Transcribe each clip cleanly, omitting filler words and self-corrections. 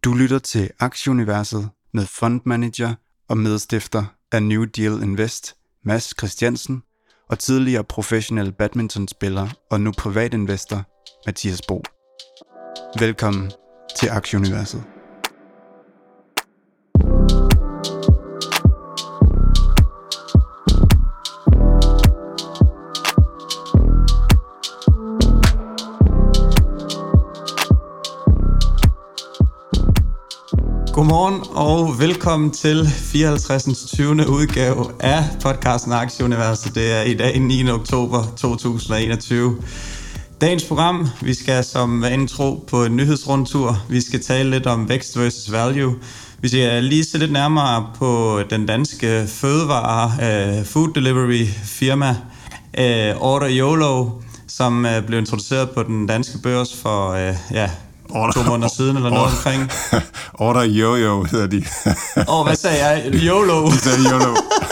Du lytter til Aktieuniverset med fondmanager og medstifter af New Deal Invest, Mads Christiansen, og tidligere professionel badmintonspiller og nu privatinvestor, Mathias Bo. Velkommen til Aktieuniverset. Godmorgen og velkommen til 54. 20. udgave af podcasten Aktieuniverset. Det er i dag 9. oktober 2021. Dagens program, vi skal som vanen tro på en nyhedsrundtur. Vi skal tale lidt om vækst versus value. Vi skal lige se lidt nærmere på den danske fødevare food delivery firma Order YOLO, som blev introduceret på den danske børs for 2 måneder siden, eller noget omkring. Order YOLO hedder de. Hvad sagde jeg? YOLO. De sagde YOLO.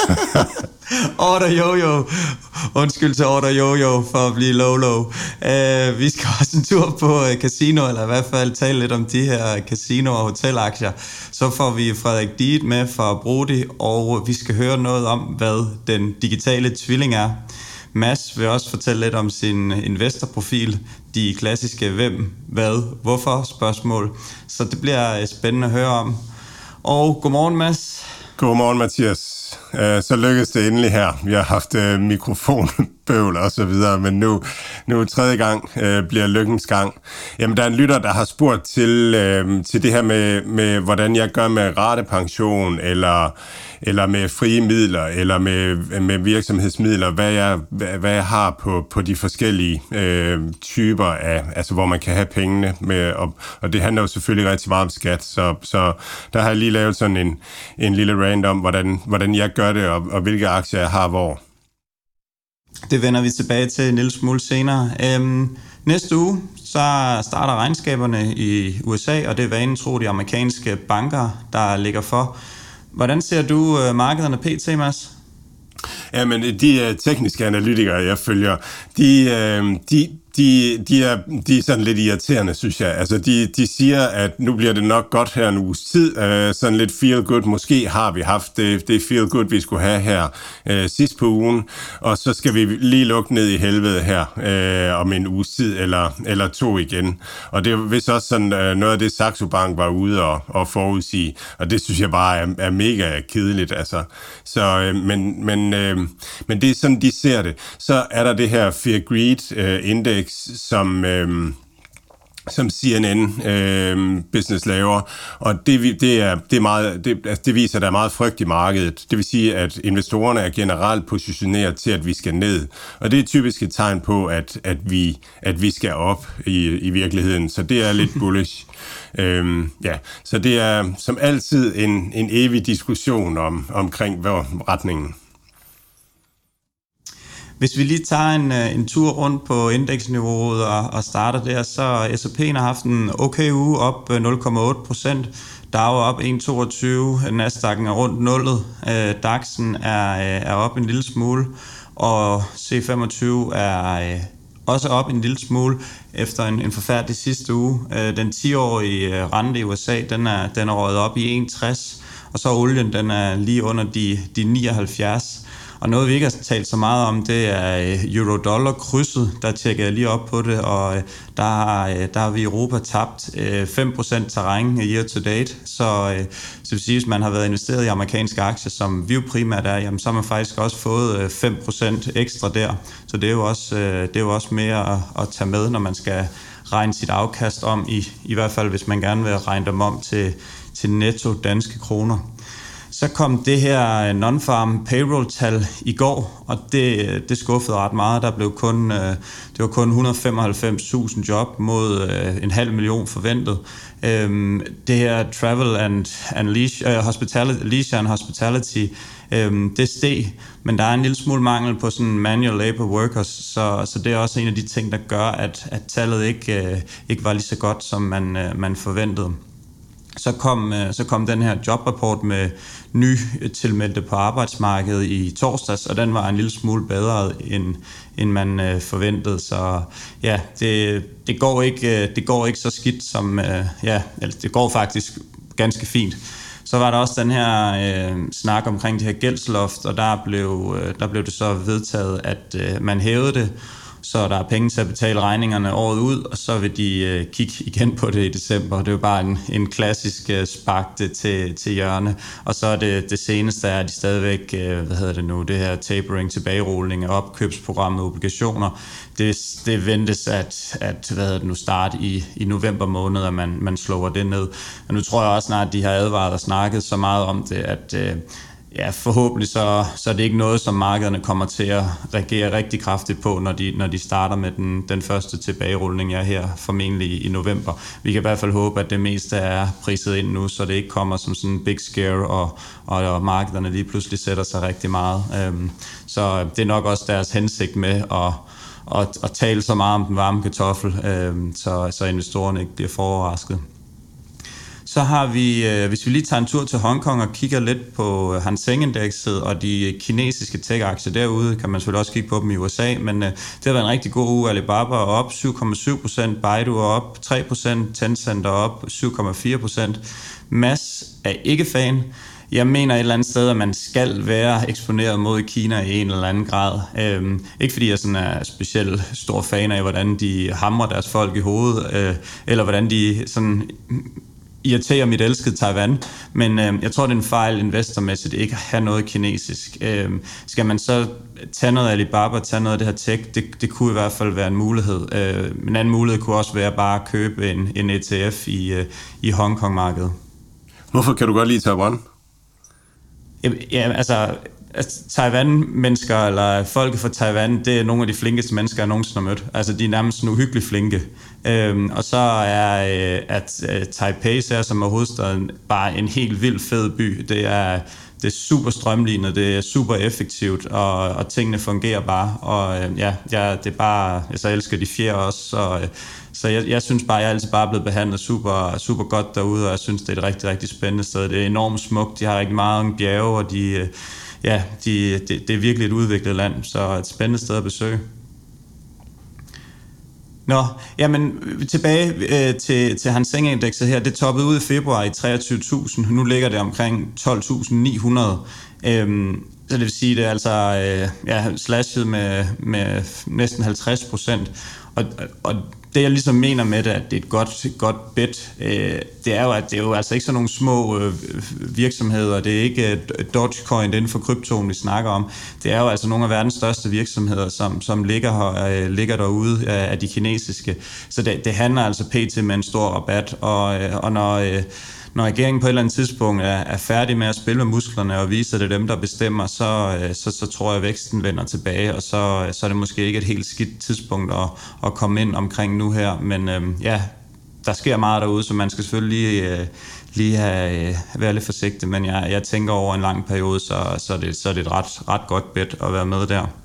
Order YOLO. Undskyld til Order YOLO for at blive low. Vi skal også en tur på casino, eller i hvert fald tale lidt om de her casino- og hotelaktier. Så får vi Frederik Diet med fra Brody, og vi skal høre noget om, hvad den digitale tvilling er. Mads vil også fortælle lidt om sin investorprofil, de klassiske hvem, hvad, hvorfor spørgsmål. Så det bliver spændende at høre om. Og godmorgen, Mads. Godmorgen, Mathias. Så lykkedes det endelig her. Vi har haft mikrofonbøvl og så videre, men nu tredje gang bliver lykkens gang. Jamen, der er en lytter, der har spurgt til det her med, hvordan jeg gør med ratepension, eller med frie midler, eller med virksomhedsmidler, hvad jeg har på de forskellige typer af, altså hvor man kan have pengene med, og det handler jo selvfølgelig rigtig meget om skat, så der har jeg lige lavet sådan en lille rant om, hvordan jeg gør det, og hvilke aktier jeg har hvor. Det vender vi tilbage til en lille smule senere. Næste uge, så starter regnskaberne i USA, og det er vanen tro de amerikanske banker, der ligger for. Hvordan ser du markederne pt, Mads? Jamen, de tekniske analytikere, jeg følger, de er sådan lidt irriterende, synes jeg. Altså, de siger, at nu bliver det nok godt her en uges tid. Sådan lidt feel good. Måske har vi haft det feel good, vi skulle have her sidst på ugen. Og så skal vi lige lukke ned i helvede her om en uges tid eller to igen. Og det er vist også sådan noget af det, Saxo Bank var ude og forudsige. Og det synes jeg bare er mega kedeligt. Altså. Så, men det er sådan, de ser det. Så er der det her Fear Greed Index, som CNN Business laver, og det viser, at der er meget frygt i markedet. Det vil sige, at investorerne er generelt positioneret til, at vi skal ned. Og det er typisk et tegn på, at vi skal op i virkeligheden. Så det er lidt bullish. Så det er som altid en evig diskussion omkring retningen. Hvis vi lige tager en tur rundt på indeksniveauet og starter der, så S&P'en har haft en okay uge op 0,8%. Dow er op 1,22%, Nasdaq'en er rundt nullet, DAX'en er op en lille smule, og C25 er også op en lille smule efter en forfærdelig sidste uge. Den 10-årige rente i USA, den er røget op i 1,60, og så olien, den er lige under de 79. Og noget, vi ikke har talt så meget om, det er euro-dollar-krydset. Der tjekker jeg lige op på det, og der har vi i Europa tabt 5% terræn year to date. Så det vil sige, hvis man har været investeret i amerikanske aktier, som vi jo primært er, jamen, så har man faktisk også fået 5% ekstra der. Så det er jo også mere at tage med, når man skal regne sit afkast om, i hvert fald hvis man gerne vil regne dem om til netto danske kroner. Så kom det her non-farm payroll-tal i går, og det skuffede ret meget. Det var kun 195.000 job mod 500.000 forventet. Det her travel and leisure and hospitality, det steg, men der er en lille smule mangel på sådan manual labor workers, så det er også en af de ting, der gør, at tallet ikke var lige så godt, som man forventede. så kom den her jobrapport med nytilmeldte på arbejdsmarkedet i torsdags, og den var en lille smule bedre, end man forventede. Så ja, det går ikke så skidt som... det går faktisk ganske fint. Så var der også den her snak omkring det her gældsloft, og der blev det så vedtaget, at man hævede det, så der er penge til at betale regningerne året ud, og så vil de kigge igen på det i december. Det er jo bare en klassisk spark til hjørne. Og så er det seneste er, at de stadigvæk, det her tapering, tilbagerulning af opkøbsprogrammet obligationer. Det ventes at starte i november måned, at man slår det ned. Og nu tror jeg også snart, at de har advaret og snakket så meget om det, at forhåbentlig så er det ikke noget, som markederne kommer til at reagere rigtig kraftigt på, når de starter med den første tilbagerulning her formentlig i november. Vi kan i hvert fald håbe, at det meste er priset ind nu, så det ikke kommer som sådan en big scare, og markederne lige pludselig sætter sig rigtig meget. Så det er nok også deres hensigt med at tale så meget om den varme kartoffel, så investorerne ikke bliver overrasket. Så har vi, hvis vi lige tager en tur til Hongkong og kigger lidt på Hang Seng-indekset og de kinesiske tech-aktier derude, kan man selvfølgelig også kigge på dem i USA, men det har været en rigtig god uge. Alibaba er op 7,7%, Baidu er op 3%, Tencent er op 7,4%. Mads er ikke fan. Jeg mener et eller andet sted, at man skal være eksponeret mod Kina i en eller anden grad. Ikke fordi jeg sådan er specielt stor fan af, hvordan de hamrer deres folk i hovedet, eller hvordan de sådan irriterer mit elskede Taiwan, men jeg tror, det er en fejl investormæssigt ikke at have noget kinesisk. Skal man så tage noget Alibaba, tage noget af det her tech, det kunne i hvert fald være en mulighed. En anden mulighed kunne også være bare at købe en ETF i Hongkong-markedet. Hvorfor kan du godt lide Taiwan? Ja, altså Taiwan-mennesker, eller folket fra Taiwan, det er nogle af de flinkeste mennesker, jeg nogensinde har mødt. Altså, de er nærmest sådan uhyggeligt flinke. Og så er Taipei, som er hovedstaden, bare en helt vildt fed by. Det er super strømlignet, det er super effektivt, og tingene fungerer bare. Og det er bare, jeg elsker de fjer også, så jeg synes bare, jeg er altid bare blevet behandlet super, super godt derude, og jeg synes, det er et rigtig, rigtig spændende sted. Det er enormt smukt, de har rigtig meget bjerge, og det er virkelig et udviklet land, så et spændende sted at besøge. Nå, jamen tilbage til Hang Seng-indekset her, det toppede ud i februar i 23.000, nu ligger det omkring 12.900, så det vil sige, det er altså slashet med næsten 50%, og det jeg ligesom mener med det, at det er et godt bet, det er jo, at det er jo altså ikke sådan nogle små virksomheder, det er ikke Dogecoin inden for kryptoen, vi snakker om. Det er jo altså nogle af verdens største virksomheder, som ligger derude af de kinesiske. Så det handler altså pt. Med en stor rabat, og når regeringen på et eller andet tidspunkt er færdig med at spille med musklerne og vise, at det er dem, der bestemmer, så tror jeg, at væksten vender tilbage, og så er det måske ikke et helt skidt tidspunkt at komme ind omkring nu her. Men der sker meget derude, så man skal selvfølgelig lige være lidt forsigtig, men jeg tænker over en lang periode, så er det et ret godt bet at være med der.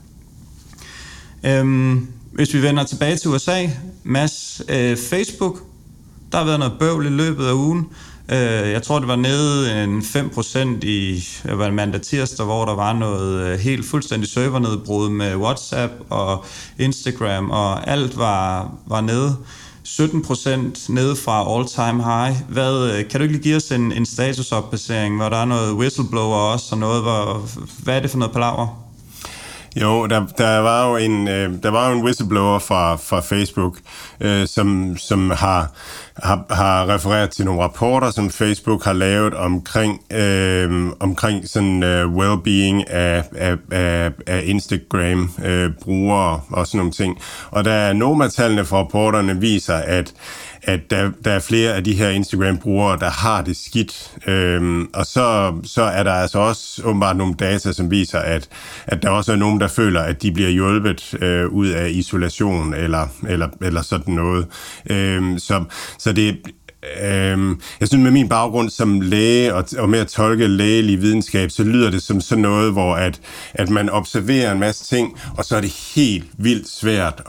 Hvis vi vender tilbage til USA, Mads, Facebook, der har været noget bøvl i løbet af ugen. Jeg tror, det var nede en 5% i mandag tirsdag, hvor der var noget helt fuldstændig servernedbrud med WhatsApp og Instagram, og alt var nede. 17% nede fra all-time high. Kan du ikke lige give os en statusopdatering, hvor der er noget whistleblower også, og noget, hvad er det for noget palaver? Jo, der var jo en whistleblower fra Facebook, som har refereret til nogle rapporter, som Facebook har lavet omkring sådan well-being af Instagram brugere og sådan nogle ting. Og der Noma-tallene fra rapporterne viser, at der er flere af de her Instagram-brugere, der har det skidt. Og så er der altså også åbenbart nogle data, som viser, at der også er nogen, der føler, at de bliver hjulpet ud af isolation eller sådan noget. Så det Jeg synes, med min baggrund som læge og med at tolke lægelig videnskab, så lyder det som sådan noget, hvor at man observerer en masse ting, og så er det helt vildt svært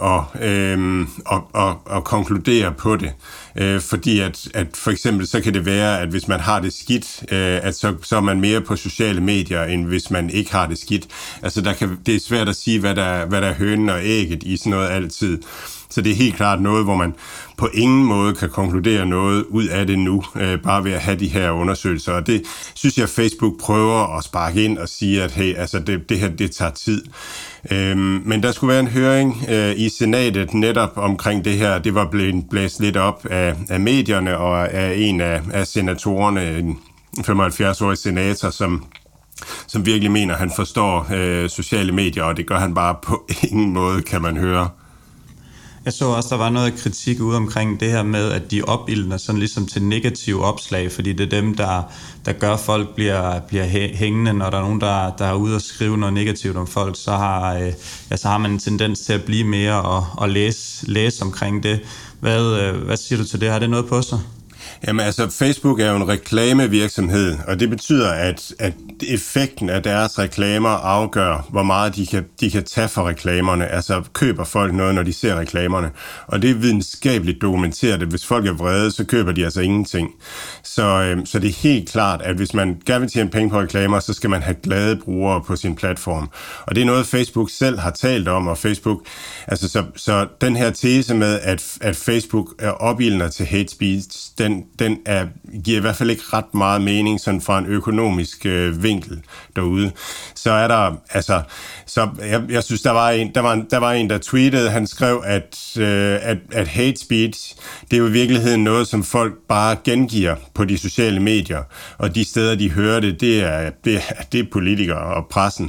at konkludere på det. Fordi at for eksempel så kan det være, at hvis man har det skidt, at så er man mere på sociale medier, end hvis man ikke har det skidt. Altså det er svært at sige, hvad der er hønen og ægget i sådan noget altid. Så det er helt klart noget, hvor man på ingen måde kan konkludere noget ud af det nu, bare ved at have de her undersøgelser. Og det synes jeg, Facebook prøver at sparke ind og sige, at hey, altså det her, det tager tid. Men der skulle være en høring i senatet netop omkring det her. Det var blevet blæst lidt op af medierne og af en af senatorerne, en 75-årig senator, som virkelig mener, at han forstår sociale medier, og det gør han bare på ingen måde, kan man høre. Jeg så også, der var noget kritik ude omkring det her med, at de opildner sådan ligesom til negative opslag, fordi det er dem, der gør, at folk bliver hængende. Når der er nogen, der er ude og skrive noget negativt om folk, så har man en tendens til at blive mere og læse omkring det. Hvad siger du til det? Har det noget på sig? Jamen altså, Facebook er jo en reklamevirksomhed, og det betyder, at effekten af deres reklamer afgør, hvor meget de kan tage for reklamerne. Altså køber folk noget, når de ser reklamerne. Og det er videnskabeligt dokumenteret, at hvis folk er vrede, så køber de altså ingenting. Så det er helt klart, at hvis man gerne vil tjene penge på reklamer, så skal man have glade brugere på sin platform. Og det er noget, Facebook selv har talt om, og Facebook, altså så den her tese med, at Facebook er opildner til hate speech, den giver i hvert fald ikke ret meget mening sådan fra en økonomisk vinkel derude. Så er der, altså, jeg synes, der var en, der tweetede, han skrev, at hate speech, det er jo i virkeligheden noget, som folk bare gengiver på de sociale medier, og de steder, de hører det er politikere og pressen,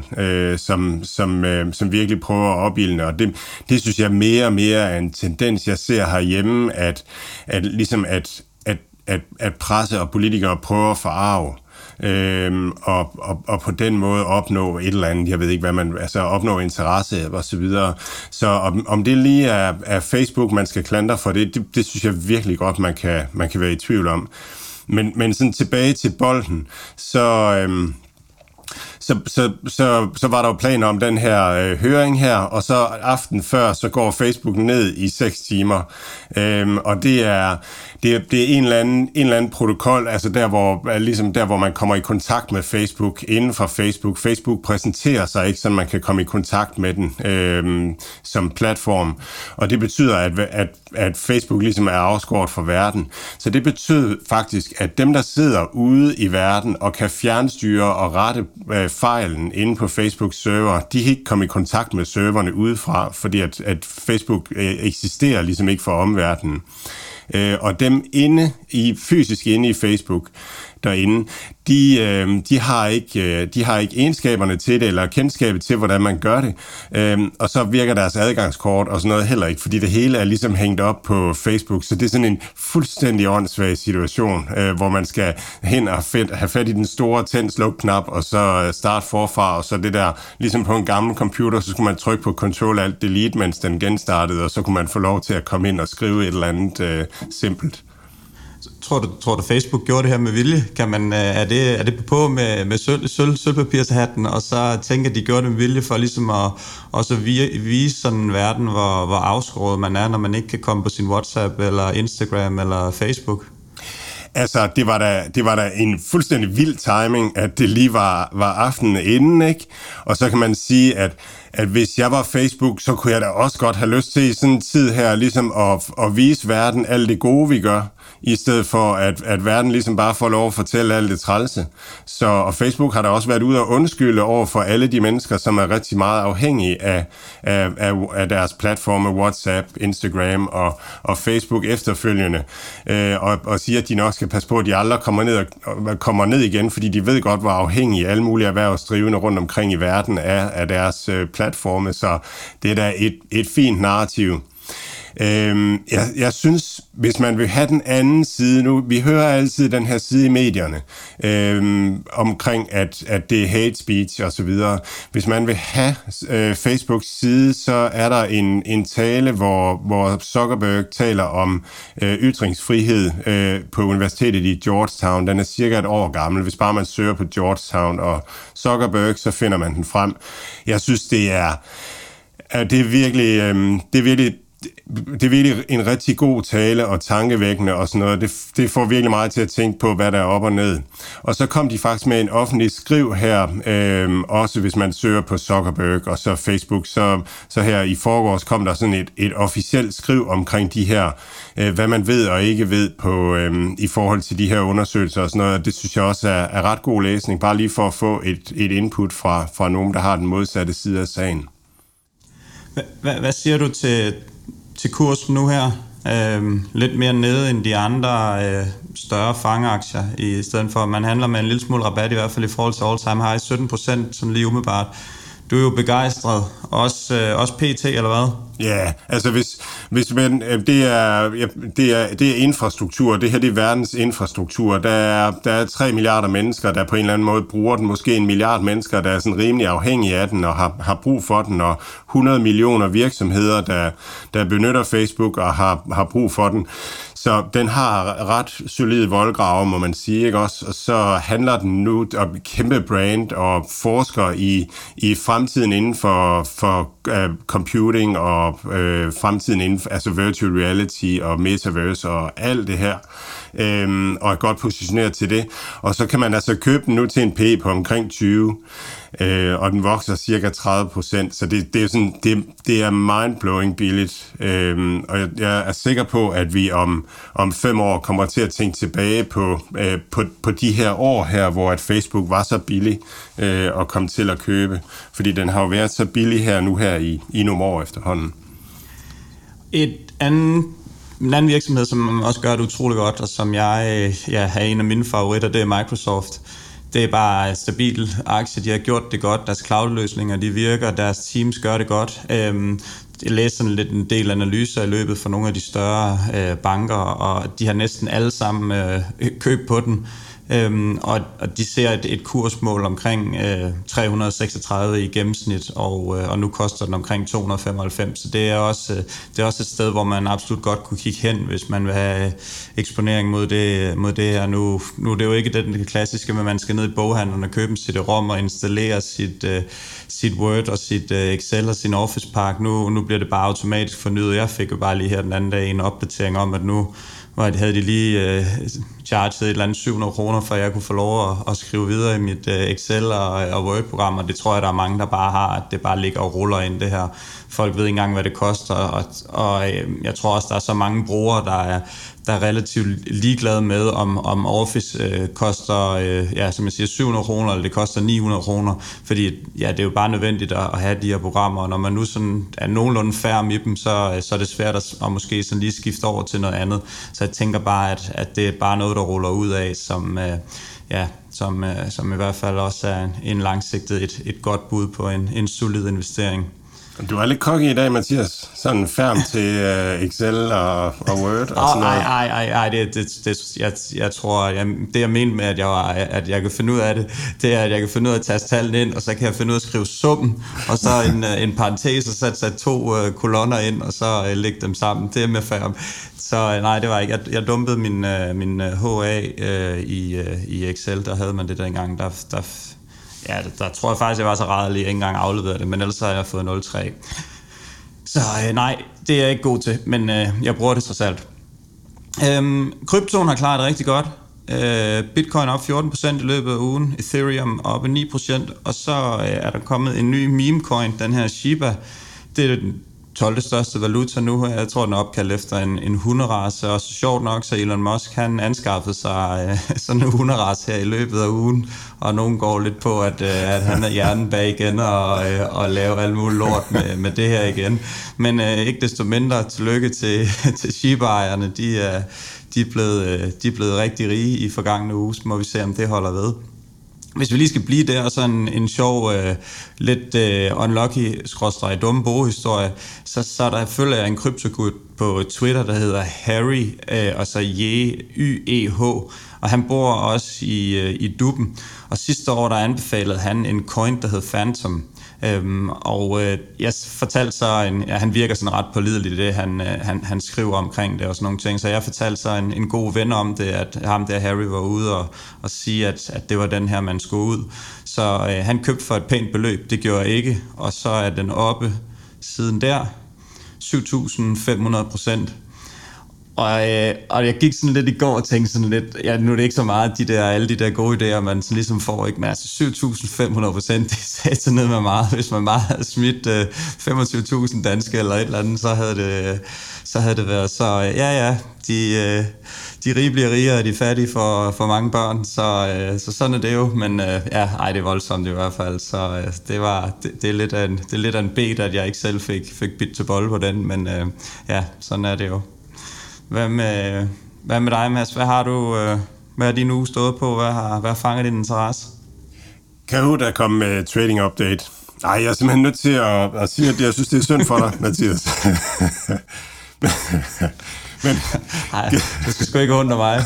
som virkelig prøver at opildne, og det synes jeg mere og mere er en tendens, jeg ser herhjemme, at presse og politikere prøver at forarve, og på den måde opnå et eller andet, jeg ved ikke hvad man, altså opnå interesse og så videre. Så om det lige er Facebook, man skal klandre for det synes jeg virkelig godt, man kan være i tvivl om. Men sådan tilbage til bolden, så var der jo planer om den her høring her, og så aften før, så går Facebook ned i 6 timer. Og det er en eller anden protokol, altså der hvor man kommer i kontakt med Facebook inden for Facebook. Facebook præsenterer sig ikke, så man kan komme i kontakt med den som platform. Og det betyder, at Facebook ligesom er afskåret fra verden. Så det betyder faktisk, at dem, der sidder ude i verden og kan fjernstyre og rette fejlen inde på Facebooks server, de kan ikke komme i kontakt med serverne udefra, fordi at Facebook eksisterer ligesom ikke for omverdenen. Og dem fysisk inde i Facebook derinde, de har ikke egenskaberne til det, eller kendskabet til, hvordan man gør det. Og så virker deres adgangskort og sådan noget heller ikke, fordi det hele er ligesom hængt op på Facebook. Så det er sådan en fuldstændig åndssvag situation, hvor man skal hen og have fat i den store tænd-sluk-knap, og så starte forfra, og så det der, ligesom på en gammel computer, så skulle man trykke på Ctrl-Alt-Delete, mens den genstartede, og så kunne man få lov til at komme ind og skrive et eller andet simpelt. Tror du Facebook gjorde det her med vilje? Er det på med sølvpapirshatten, og så tænker de gjorde det med vilje for ligesom at også vise sådan en verden, hvor afskåret man er, når man ikke kan komme på sin WhatsApp eller Instagram eller Facebook? Altså, det var da en fuldstændig vild timing, at det lige var aftenen inden, ikke? Og så kan man sige, at hvis jeg var Facebook, så kunne jeg da også godt have lyst til i sådan en tid her, ligesom at vise verden alt det gode, vi gør, i stedet for, at verden ligesom bare får lov at fortælle alt det trælse. Og Facebook har da også været ude at undskylde over for alle de mennesker, som er rigtig meget afhængige af deres platforme, WhatsApp, Instagram og Facebook efterfølgende, og siger, at de nok skal passe på, at de aldrig kommer ned igen, fordi de ved godt, hvor afhængige alle mulige erhvervsdrivende rundt omkring i verden er af deres platforme. Så det er da et fint narrativ. Jeg synes, hvis man vil have den anden side nu, vi hører altid den her side i medierne omkring, at det er hate speech og så videre. Hvis man vil have Facebooks side, så er der en tale, hvor Zuckerberg taler om ytringsfrihed på universitetet i Georgetown. Den er cirka et år gammel. Hvis bare man søger på Georgetown og Zuckerberg, så finder man den frem. Jeg synes, det er virkelig en rigtig god tale og tankevækkende og sådan noget. Det får virkelig meget til at tænke på, hvad der er op og ned. Og så kom de faktisk med en offentlig skriv her, også hvis man søger på Zuckerberg og så Facebook. Så her i forgårs kom der sådan et officielt skriv omkring de her, hvad man ved og ikke ved på i forhold til de her undersøgelser og sådan noget. Og det synes jeg også er ret god læsning, bare lige for at få et input fra nogen, der har den modsatte side af sagen. Hvad siger du til kursen nu her? Lidt mere nede end de andre større fangeaktier, i stedet for at man handler med en lille smule rabat, i hvert fald i forhold til all-time high, 17%, sådan lige umiddelbart. Du er jo begejstret, også PT, eller hvad? Ja, altså hvis man, det er infrastruktur, det her det er verdens infrastruktur. Der er 3 milliarder mennesker, der på en eller anden måde bruger den, måske 1 milliard mennesker, der er sådan rimelig afhængige af den og har brug for den, og 100 millioner virksomheder, der benytter Facebook og har brug for den. Så den har ret solide voldgrave, må man sige, ikke også? Og så handler den nu om kæmpe brand og forsker i fremtiden inden for computing og fremtiden inden for altså virtual reality og metaverse og alt det her. Og er godt positioneret til det. Og så kan man altså købe den nu til en P på omkring 20, og den vokser cirka 30%, så det er sådan, det er mindblowing billigt. Og jeg er sikker på, at vi om 5 år kommer til at tænke tilbage på de her år her, hvor at Facebook var så billig og kom til at købe, fordi den har jo været så billig her nu her i nogle år efterhånden. En anden virksomhed, som også gør det utrolig godt, og som jeg er en af mine favoritter, det er Microsoft. Det er bare en stabil aktie. De har gjort det godt. Deres cloud-løsninger, de virker. Deres teams gør det godt. Jeg læste sådan lidt en del analyser i løbet for nogle af de større banker, og de har næsten alle sammen købt på den. Og de ser et kursmål omkring 336 i gennemsnit, og nu koster den omkring 295. Så det er også et sted, hvor man absolut godt kunne kigge hen, hvis man vil have eksponering mod det her. Nu er det jo ikke det klassiske, men man skal ned i boghandlerne og købe en CD-ROM og installere sit Word og sit Excel og sin Office Park. Nu bliver det bare automatisk fornyet. Jeg fik jo bare lige her den anden dag en opdatering om, at nu havde de lige charget et eller andet 700 kroner, for jeg kunne få lov at skrive videre i mit Excel og Word-program, og det tror jeg, der er mange, der bare har, at det bare ligger og ruller ind det her. Folk ved ikke engang, hvad det koster, og jeg tror også, der er så mange brugere, der er relativt ligeglade med, om Office koster, som jeg siger, 700 kroner, eller det koster 900 kroner, fordi det er jo bare nødvendigt at have de her programmer, og når man nu sådan er nogenlunde færdig med dem, så er det svært at måske sådan lige skifte over til noget andet. Så jeg tænker bare, at det er bare noget, der ruller ud af, som i hvert fald også er en langsigtet, et godt bud på en solid investering. Du er lidt cocky i dag, Mathias. Sådan færm til Excel og Word og sådan noget. Nej, jeg tror, det jeg mener med, at jeg kan finde ud af det er, at jeg kan finde ud af at taste tallene ind, og så kan jeg finde ud af at skrive summen, og så en parentes, og så sætte 2 kolonner ind, og så lægge dem sammen. Det er med færm. Så nej, det var ikke. Jeg dumpede min HA i Excel, der havde man det dengang, der tror jeg faktisk, jeg var så rædderlig, at jeg ikke engang afleverede det, men ellers har jeg fået 0,3. Så nej, det er jeg ikke god til, men jeg bruger det trods alt. Kryptoen har klaret det rigtig godt. Bitcoin op 14% i løbet af ugen, Ethereum op 9%, og så er der kommet en ny meme-coin, den her Shiba. Det er den 12. største valuta nu. Jeg tror, den er opkaldt efter en hunderace, og så sjovt nok, så Elon Musk, han anskaffede sig sådan en hunderace her i løbet af ugen, og nogen går lidt på, at han er hjernen bag igen, og lave alt muligt lort med det her igen. Men ikke desto mindre tillykke til Shiba-ejerne. De er blevet rigtig rige i forgangne uge, så må vi se, om det holder ved. Hvis vi lige skal blive der, og sådan en sjov, lidt unlucky-dumme borehistorie, så der følger jeg en kryptogut på Twitter, der hedder Harry, og så YEH, og han bor også i Dubben. Og sidste år, der anbefalede han en coin, der hed Phantom. Jeg fortalte så, han virker sådan ret pålidelig i det, han skriver omkring det og sådan nogle ting, så jeg fortalte så en god ven om det, at ham der Harry var ude og sige, at det var den her, man skulle ud. Så han købte for et pænt beløb, det gjorde jeg ikke, og så er den oppe siden der, 7.500%. Og jeg gik sådan lidt i går og tænkte sådan lidt, ja, nu er det ikke så meget alle de der gode idéer, man sådan ligesom får, ikke? Men altså 7.500%, det sagde så ned med meget. Hvis man bare havde smidt 25.000 danske eller et eller andet, så havde det været så, de rige bliver rigere, og de fattige for mange børn, så sådan er det jo, men det er voldsomt i hvert fald, så det er lidt af en bed, at jeg ikke selv fik bidt til bolle på den, men sådan er det jo. Hvad med dig, Mads? Hvad er din uge stået på? Hvad fanger din interesse? Kahoot er kommet med trading update. Nej, jeg er simpelthen nødt til at sige, at jeg synes, det er synd for dig, Mathias. Nej, det skal sgu ikke under mig.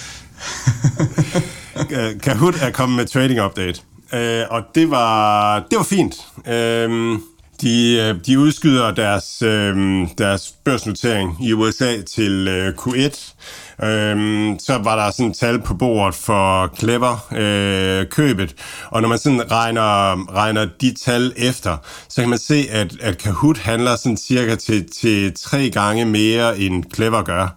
Kahoot er kommet med trading update, og det var fint. De udskyder deres børsnotering i USA til Q1. Så var der sådan tal på bordet for Clever købet, og når man sådan regner de tal efter, så kan man se, at Kahoot handler sådan cirka til 3 gange mere end Clever gør.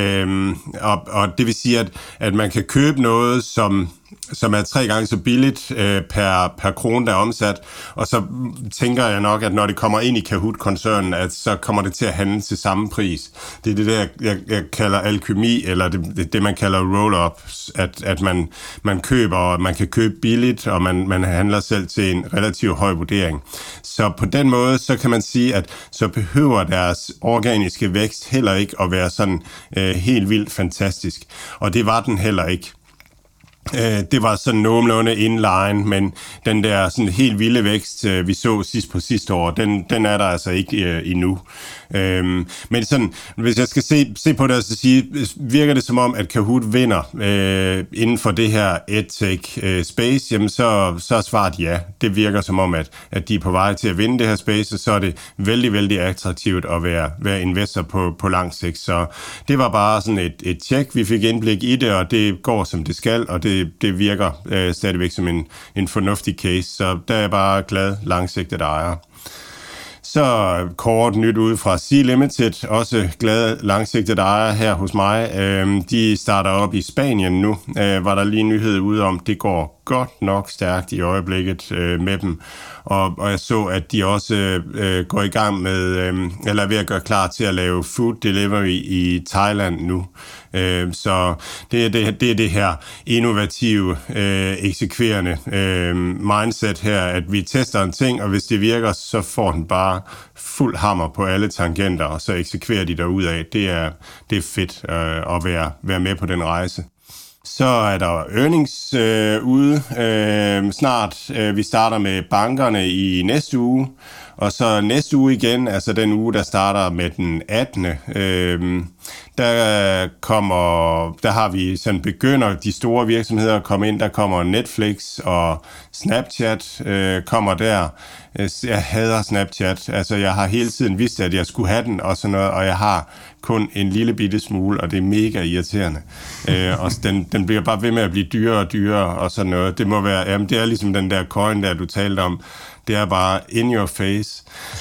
Og det vil sige, at man kan købe noget, som er 3 gange så billigt per krone, der er omsat. Og så tænker jeg nok, at når det kommer ind i Kahoot-koncernen, at så kommer det til at handle til samme pris. Det er det der, jeg kalder alkymi, eller det man kalder roll-ups, at man køber, og man kan købe billigt, og man handler selv til en relativt høj vurdering. Så på den måde, så kan man sige, at så behøver deres organiske vækst heller ikke at være sådan helt vildt fantastisk. Og det var den heller ikke. Det var sådan nogenlunde inline, men den der sådan helt vilde vækst, vi så sidste år, den er der altså ikke endnu. Men sådan, hvis jeg skal se på det, så sige, virker det som om, at Kahoot vinder inden for det her EdTech space, jamen så er svaret ja. Det virker som om, at de er på vej til at vinde det her space, og så er det vældig, vældig attraktivt at være investor på lang sigt. Så det var bare sådan et tjek. Vi fik indblik i det, og det går som det skal, og det virker stadigvæk som en fornuftig case. Så der er jeg bare glad langsigtet ejer. Så kort nyt ud fra Sea Limited, også glad langsigtet ejer her hos mig. De starter op i Spanien nu, var der lige nyhed ude om, det går godt nok stærkt i øjeblikket med dem. Og jeg så, at de også går i gang med, eller er ved at gøre klar til at lave food delivery i Thailand nu. Så det er det her innovative, eksekverende mindset her, at vi tester en ting, og hvis det virker, så får den bare fuld hammer på alle tangenter, og så eksekverer de derudad. Det er fedt at være med på den rejse. Så er der earnings ude snart. Vi starter med bankerne i næste uge, og så næste uge igen, altså den uge, der starter med den 18. Der har vi sådan begynder de store virksomheder at komme ind. Der kommer Netflix og Snapchat kommer der. Jeg hader Snapchat. Altså jeg har hele tiden vidst, at jeg skulle have den og sådan noget, og jeg har kun en lille bitte smule, og det er mega irriterende. Og den bliver bare ved med at blive dyrere og dyrere og sådan noget. Det må være, jamen det er ligesom den der coin, der du talte om. Det er bare in your face.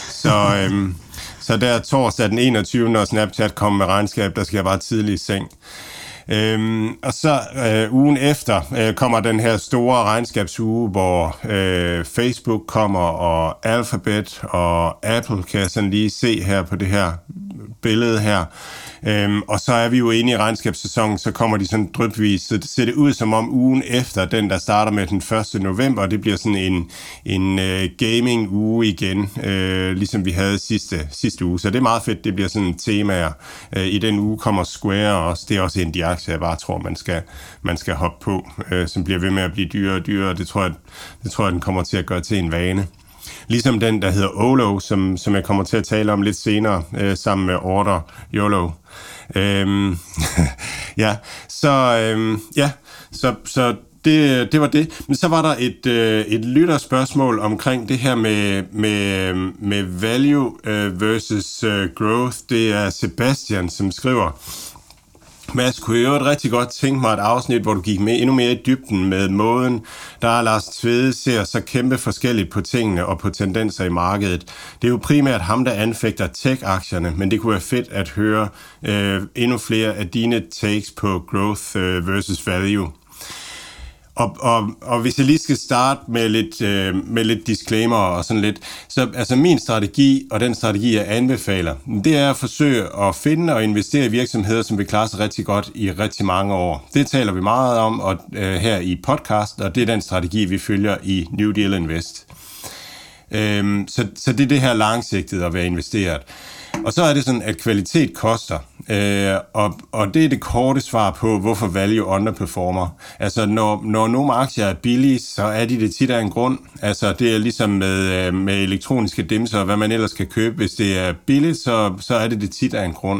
Så der torsdag den 21. når Snapchat kommer med regnskab, der skal jeg bare tidligt i seng. Og så ugen efter kommer den her store regnskabsuge, hvor Facebook kommer, og Alphabet og Apple, kan jeg sådan lige se her på det her billede her. Og så er vi jo inde i regnskabssæsonen, så kommer de sådan drypvis, så det ser det ud som om ugen efter den, der starter med den 1. november, det bliver sådan en gaming-uge igen, ligesom vi havde sidste uge. Så det er meget fedt, det bliver sådan temaer. I den uge kommer Square også, det er også en af de aktier, jeg bare tror, man skal hoppe på, som bliver ved med at blive dyrere og dyrere. Det tror jeg, den kommer til at gøre til en vane. Ligesom den, der hedder OLO, som jeg kommer til at tale om lidt senere, sammen med Order YOLO. Så det var det. Men så var der et lytterspørgsmål omkring det her med value versus growth. Det er Sebastian, som skriver: Mads, kunne jeg jo rigtig godt tænke mig et afsnit, hvor du gik med endnu mere i dybden med måden, der Lars Tvede ser så kæmpe forskelligt på tingene og på tendenser i markedet. Det er jo primært ham, der anfægter tech-aktierne, men det kunne være fedt at høre endnu flere af dine takes på growth versus value. Og hvis jeg lige skal starte med lidt disclaimer og sådan lidt, så altså min strategi og den strategi, jeg anbefaler, det er at forsøge at finde og investere i virksomheder, som vil klare sig rigtig godt i rigtig mange år. Det taler vi meget om her i podcast, og det er den strategi, vi følger i New Deal Invest. Så det er det her langsigtede at være investeret. Og så er det sådan, at kvalitet koster, og det er det korte svar på, hvorfor value underperformer. Altså, når nogle aktier er billige, så er det tit af en grund. Altså, det er ligesom med elektroniske dimser, og hvad man ellers kan købe. Hvis det er billigt, så er det tit af en grund.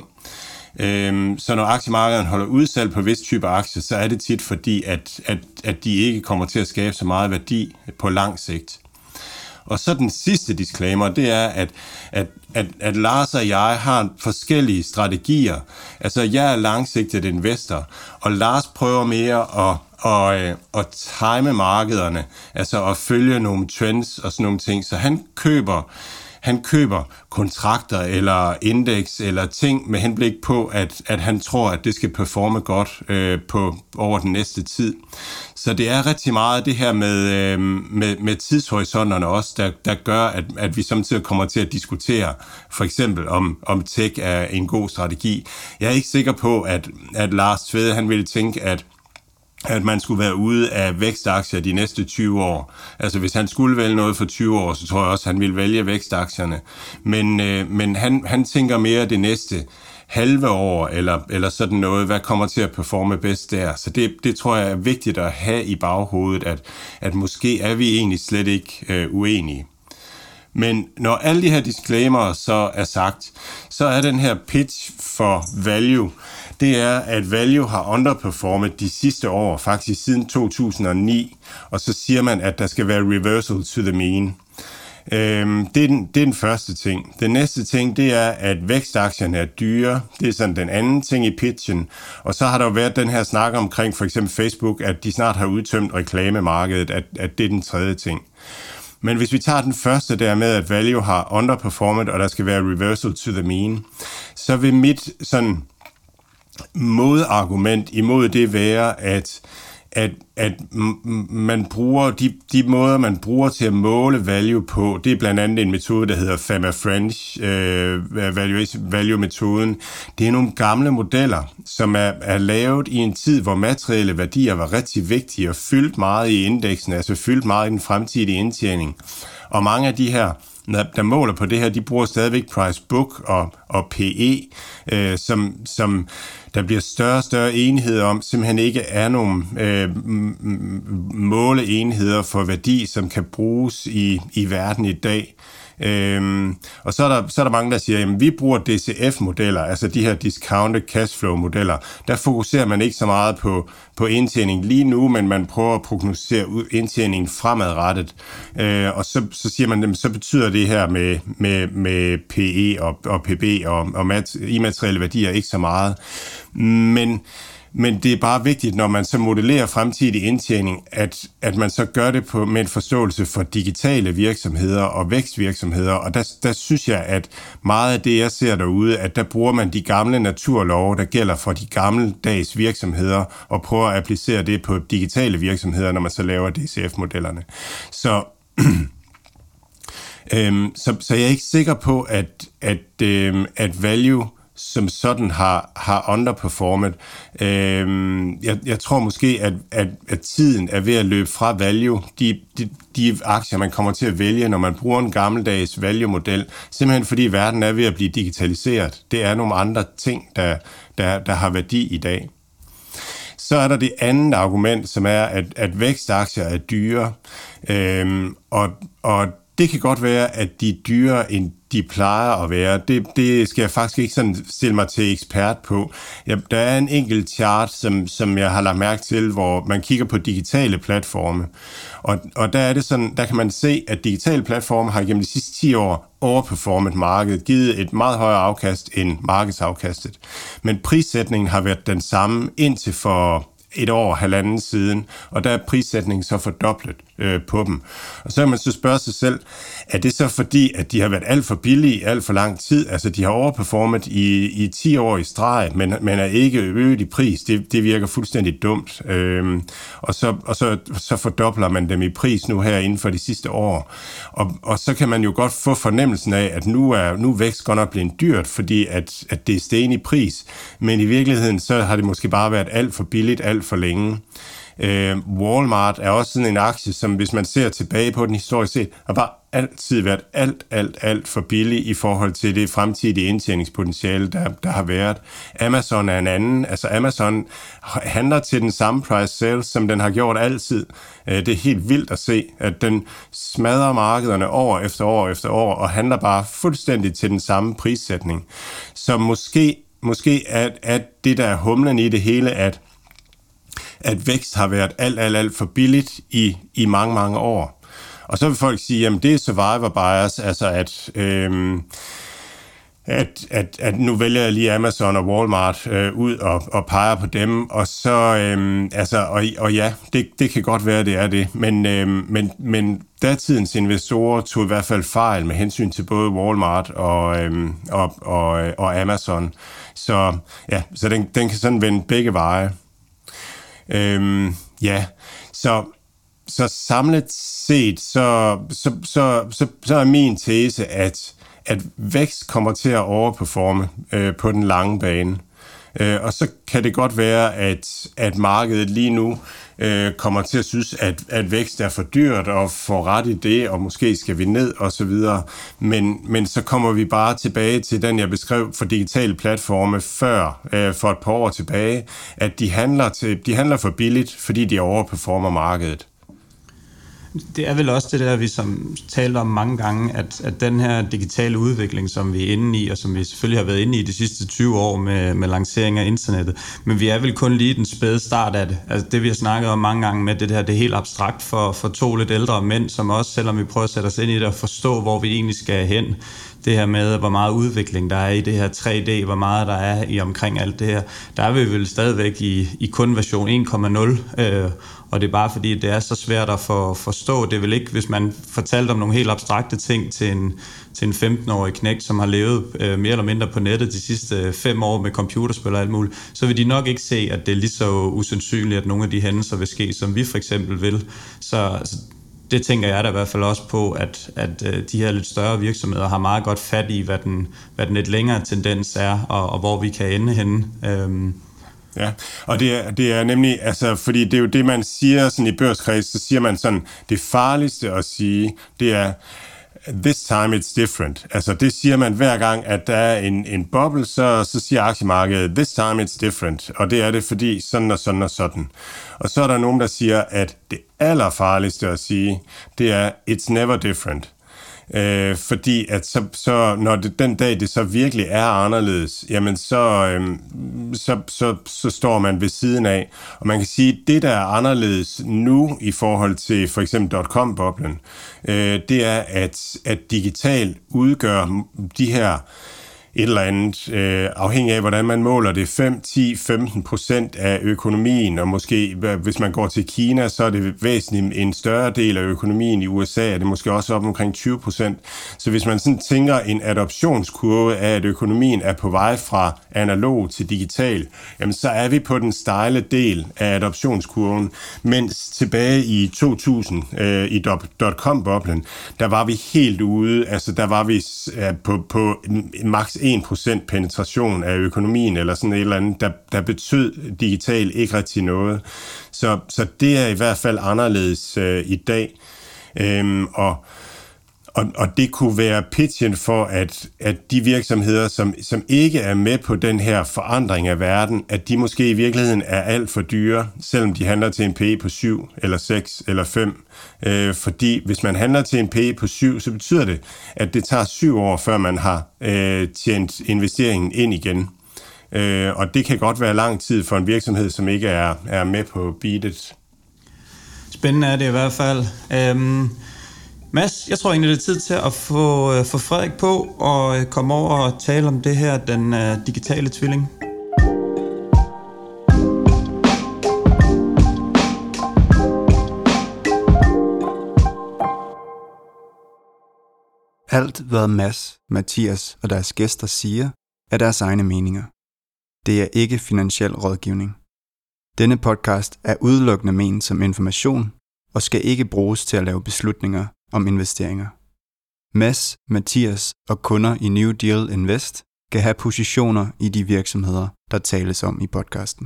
Så når aktiemarkedet holder udsalg på vis type aktier, så er det tit fordi, at de ikke kommer til at skabe så meget værdi på lang sigt. Og så den sidste disclaimer, det er, at Lars og jeg har forskellige strategier. Altså, jeg er langsigtet investor, og Lars prøver mere at time markederne, altså at følge nogle trends og sådan nogle ting. Så han køber kontrakter eller indeks eller ting med henblik på, at han tror, at det skal performe godt over den næste tid. Så det er rigtig meget det her med tidshorisonterne også, der gør, at vi samtidig kommer til at diskutere for eksempel om tech er en god strategi. Jeg er ikke sikker på, at Lars Tvede, han ville tænke, at man skulle være ude af vækstaktier de næste 20 år. Altså hvis han skulle vælge noget for 20 år, så tror jeg også, at han ville vælge vækstaktierne. Men han tænker mere det næste halve år, eller sådan noget, hvad kommer til at performe bedst der. Så det tror jeg er vigtigt at have i baghovedet, at måske er vi egentlig slet ikke uenige. Men når alle de her disclaimer så er sagt, så er den her pitch for value, det er, at value har underperformet de sidste år, faktisk siden 2009, og så siger man, at der skal være reversal to the mean. Det er den første ting. Den næste ting, det er, at vækstaktierne er dyre. Det er sådan den anden ting i pitchen. Og så har der jo været den her snak omkring for eksempel Facebook, at de snart har udtømt reklamemarkedet, at det er den tredje ting. Men hvis vi tager den første der med, at value har underperformet, og der skal være reversal to the mean, så vil mit sådan modargument imod det være, at man bruger de måder, man bruger til at måle value på, det er blandt andet en metode, der hedder Fama-French value-metoden. Det er nogle gamle modeller, som er lavet i en tid, hvor materielle værdier var rigtig vigtige og fyldt meget i indeksen, altså fyldt meget i den fremtidige indtjening. Og mange af de her, der måler på det her, de bruger stadigvæk price book og PE, som der bliver større og større enheder om, simpelthen ikke er nogen måleenheder for værdi, som kan bruges i verden i dag. Og så er der mange, der siger, at vi bruger DCF-modeller, altså de her discounted cashflow-modeller. Der fokuserer man ikke så meget på indtjening lige nu, men man prøver at prognosere indtjeningen fremadrettet. Og så siger man, så betyder det her med PE og PB og immaterielle værdier ikke så meget. Men det er bare vigtigt, når man så modellerer fremtidig indtjening, at man så gør det med en forståelse for digitale virksomheder og vækstvirksomheder. Og der synes jeg, at meget af det, jeg ser derude, at der bruger man de gamle naturlove, der gælder for de gammeldags virksomheder, og prøver at applicere det på digitale virksomheder, når man så laver DCF-modellerne. Så jeg er ikke sikker på, at value som sådan har underperformet. Jeg tror måske, at tiden er ved at løbe fra value. De aktier, man kommer til at vælge, når man bruger en gammeldags value-model, simpelthen fordi verden er ved at blive digitaliseret. Det er nogle andre ting, der har værdi i dag. Så er der det andet argument, som er, at vækstaktier er dyre, og det kan godt være, at de er dyrere, end de plejer at være. Det skal jeg faktisk ikke sådan stille mig til ekspert på. Ja, der er en enkelt chart, som jeg har lagt mærke til, hvor man kigger på digitale platforme. Og der er det sådan, der kan man se, at digitale platforme har gennem de sidste 10 år overperformet markedet, givet et meget højere afkast end markedsafkastet. Men prissætningen har været den samme indtil for et år, halvanden siden, og der er prissætningen så fordoblet på dem. Og så kan man så spørge sig selv, er det så fordi, at de har været alt for billige i alt for lang tid? Altså, de har overperformet i 10 år i streg, men er ikke øget i pris. Det virker fuldstændig dumt. Og så fordobler man dem i pris nu her inden for de sidste år. Og så kan man jo godt få fornemmelsen af, at nu vækst godt nok blevet dyrt, fordi at det er steget i pris. Men i virkeligheden, så har det måske bare været alt for billigt, alt for længe. Walmart er også sådan en aktie, som hvis man ser tilbage på den historisk set, har bare altid været alt for billig i forhold til det fremtidige indtjeningspotentiale, der har været. Amazon er en anden. Altså Amazon handler til den samme price sales, som den har gjort altid. Det er helt vildt at se, at den smadrer markederne år efter år efter år, og handler bare fuldstændig til den samme prissætning. Så måske er det, der er humlen i det hele, at vækst har været alt for billigt i mange år. Og så vil folk sige, jamen det er survivor bias, altså at nu vælger jeg lige Amazon og Walmart ud og peger på dem, og så og ja, det kan godt være, det er det, men datidens investorer tog i hvert fald fejl med hensyn til både Walmart og Amazon, så ja, så den kan sådan vende begge veje. Så samlet set, så er min tese, at vækst kommer til at overperforme på den lange bane. Og så kan det godt være, at markedet lige nu kommer til at synes, at vækst er for dyrt og får ret i det, og måske skal vi ned og så videre. Men så kommer vi bare tilbage til den, jeg beskrev for digitale platforme før, for et par år tilbage, at de handler for billigt, fordi de overperformer markedet. Det er vel også det der, vi som talte om mange gange, at den her digitale udvikling, som vi er inde i, og som vi selvfølgelig har været inde i de sidste 20 år med lancering af internettet, men vi er vel kun lige den spæde start af det. Altså det, vi har snakket om mange gange med det her, det er helt abstrakt for to lidt ældre mænd, som også, selvom vi prøver at sætte os ind i det og forstå, hvor vi egentlig skal hen, det her med, hvor meget udvikling der er i det her 3D, hvor meget der er i omkring alt det her, der er vi vel stadigvæk i kun version 1.0, og det er bare fordi, det er så svært at forstå. Det er vel ikke, hvis man fortalte om nogle helt abstrakte ting til en 15-årig knægt, som har levet mere eller mindre på nettet de sidste 5 år med computerspil og alt muligt, så vil de nok ikke se, at det er lige så usandsynligt, at nogle af de hændelser vil ske, som vi for eksempel vil. Så det tænker jeg da i hvert fald også på, at de her lidt større virksomheder har meget godt fat i, hvad den lidt længere tendens er, og hvor vi kan ende henne. Ja, og det er nemlig, altså, fordi det er jo det, man siger sådan i børskreds, så siger man sådan, det farligste at sige, det er, this time it's different. Altså det siger man hver gang, at der er en boble, så siger aktiemarkedet, this time it's different. Og det er det, fordi sådan og sådan og sådan. Og så er der nogen, der siger, at det allerfarligste at sige, det er, it's never different. Fordi at så når den dag det så virkelig er anderledes, jamen så står man ved siden af, og man kan sige, at det der er anderledes nu i forhold til for eksempel .com-boblen, det er at digital udgør de her et eller andet, afhængig af, hvordan man måler det, 5, 10, 15% af økonomien, og måske, hvis man går til Kina, så er det væsentligt en større del af økonomien. I USA er det måske også op omkring 20%. Så hvis man sådan tænker en adoptionskurve af, at økonomien er på vej fra analog til digital, jamen så er vi på den stejle del af adoptionskurven, mens tilbage i 2000, i .com-boblen, der var vi helt ude, altså der var vi på max 1% penetration af økonomien, eller sådan et eller andet, der betød digital ikke rigtig noget. Så det er i hvert fald anderledes i dag. Og det kunne være pitchen for, at de virksomheder, som ikke er med på den her forandring af verden, at de måske i virkeligheden er alt for dyre, selvom de handler til en PE på 7, eller 6, eller 5. Fordi hvis man handler til en PE på 7, så betyder det, at det tager 7 år, før man har tjent investeringen ind igen. Og det kan godt være lang tid for en virksomhed, som ikke er med på beatet. Spændende er det i hvert fald. Mads, jeg tror egentlig, det er tid til at få Frederik på og komme over og tale om det her, den digitale tvilling. Alt, hvad Mads, Mathias og deres gæster siger, er deres egne meninger. Det er ikke finansiel rådgivning. Denne podcast er udelukkende ment som information og skal ikke bruges til at lave beslutninger om investeringer. Mads, Mathias og kunder i New Deal Invest kan have positioner i de virksomheder, der tales om i podcasten.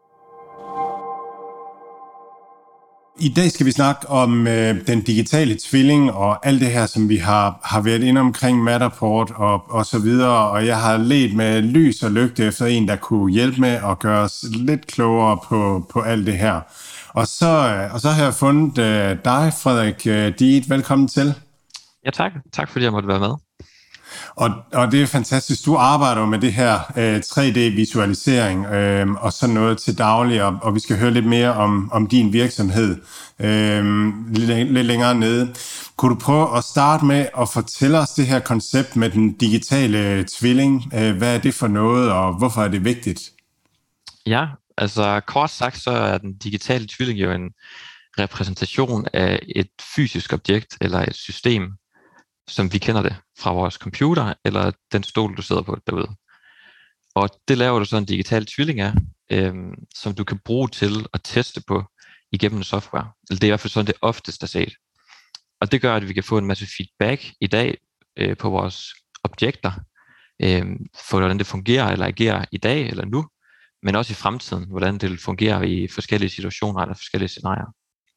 I dag skal vi snakke om den digitale tvilling og alt det her, som vi har været inde omkring Matterport og så videre. Og jeg har ledt med lys og lygte efter en, der kunne hjælpe med at gøre os lidt klogere på alt det her. Og så har jeg fundet dig, Frederik Diet. Velkommen til. Ja, tak. Tak fordi jeg måtte være med. Og det er fantastisk. Du arbejder med det her 3D-visualisering og sådan noget til daglig, og vi skal høre lidt mere om din virksomhed lidt længere nede. Kunne du prøve at starte med at fortælle os det her koncept med den digitale tvilling? Hvad er det for noget, og hvorfor er det vigtigt? Ja, altså kort sagt, så er den digitale tvilling jo en repræsentation af et fysisk objekt eller et system, som vi kender det fra vores computer eller den stol, du sidder på derude. Og det laver du så en digital tvilling af, som du kan bruge til at teste på igennem en software. Eller det er i hvert fald sådan, det oftest er set. Og det gør, at vi kan få en masse feedback i dag på vores objekter, for hvordan det fungerer eller agerer i dag eller nu, men også i fremtiden, hvordan det vil fungere i forskellige situationer eller forskellige scenarier.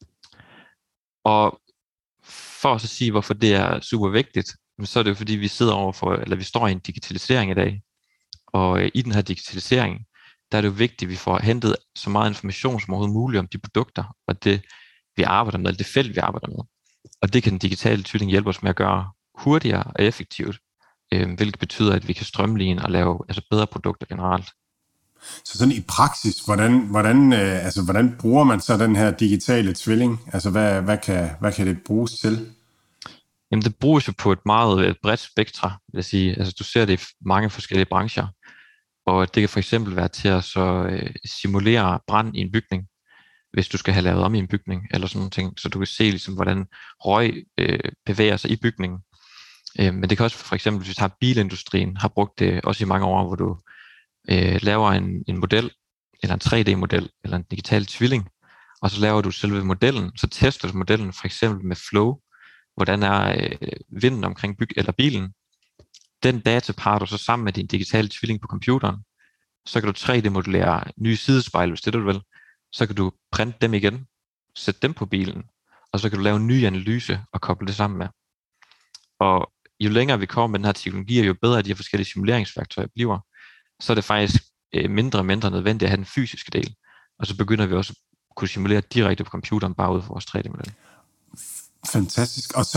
Og for at så sige, hvorfor det er super vigtigt, så er det jo fordi, vi står i en digitalisering i dag. Og i den her digitalisering, der er det jo vigtigt, at vi får hentet så meget information som overhovedet muligt om de produkter, og det vi arbejder med, eller det felt vi arbejder med. Og det kan den digitale tvilling hjælpe os med at gøre hurtigere og effektivt, hvilket betyder, at vi kan strømline og lave bedre produkter generelt. Så sådan i praksis, hvordan bruger man så den her digitale tvilling? Altså hvad kan det bruges til? Jamen det bruges jo på et meget bredt spektra, vil jeg sige. Altså du ser det i mange forskellige brancher, og det kan for eksempel være til at simulere brand i en bygning, hvis du skal have lavet om i en bygning eller sådan noget, så du kan se ligesom, hvordan røg bevæger sig i bygningen. Men det kan også for eksempel, hvis vi tager bilindustrien, har brugt det også i mange år, hvor du laver en model, eller en 3D-model, eller en digital tvilling, og så laver du selve modellen, så tester du modellen for eksempel med flow, hvordan er vinden omkring bilen. Den data parer du så sammen med din digitale tvilling på computeren, så kan du 3D-modellere nye sidespejl, hvis det du vil, så kan du printe dem igen, sætte dem på bilen, og så kan du lave en ny analyse og koble det sammen med. Og jo længere vi kommer med den her teknologi, jo bedre de her forskellige simuleringsværktøjer bliver, så er det faktisk mindre og mindre nødvendigt at have den fysiske del. Og så begynder vi også at kunne simulere direkte på computeren, bare ud fra vores 3D-model. Fantastisk. Og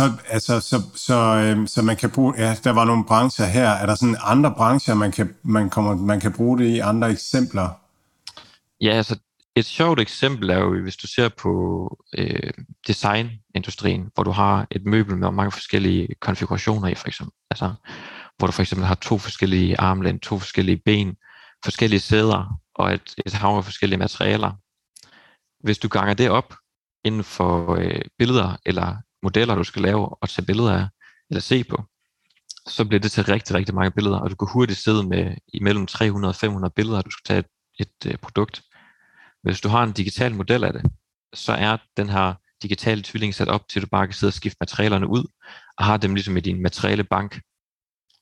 så man kan bruge, ja, der var nogle brancher her. Er der sådan andre brancher, man kan bruge det i, andre eksempler? Ja, altså et sjovt eksempel er jo, hvis du ser på designindustrien, hvor du har et møbel med mange forskellige konfigurationer i, for eksempel. Altså, hvor du for eksempel har 2 forskellige armlæn, 2 forskellige ben, forskellige sæder og et hav af forskellige materialer. Hvis du ganger det op inden for billeder eller modeller, du skal lave og tage billeder af eller se på, så bliver det til rigtig, rigtig mange billeder, og du kan hurtigt sidde med imellem 300 og 500 billeder, du skal tage et produkt. Hvis du har en digital model af det, så er den her digitale tvilling sat op til, at du bare kan sidde og skifte materialerne ud, og har dem ligesom i din materialebank.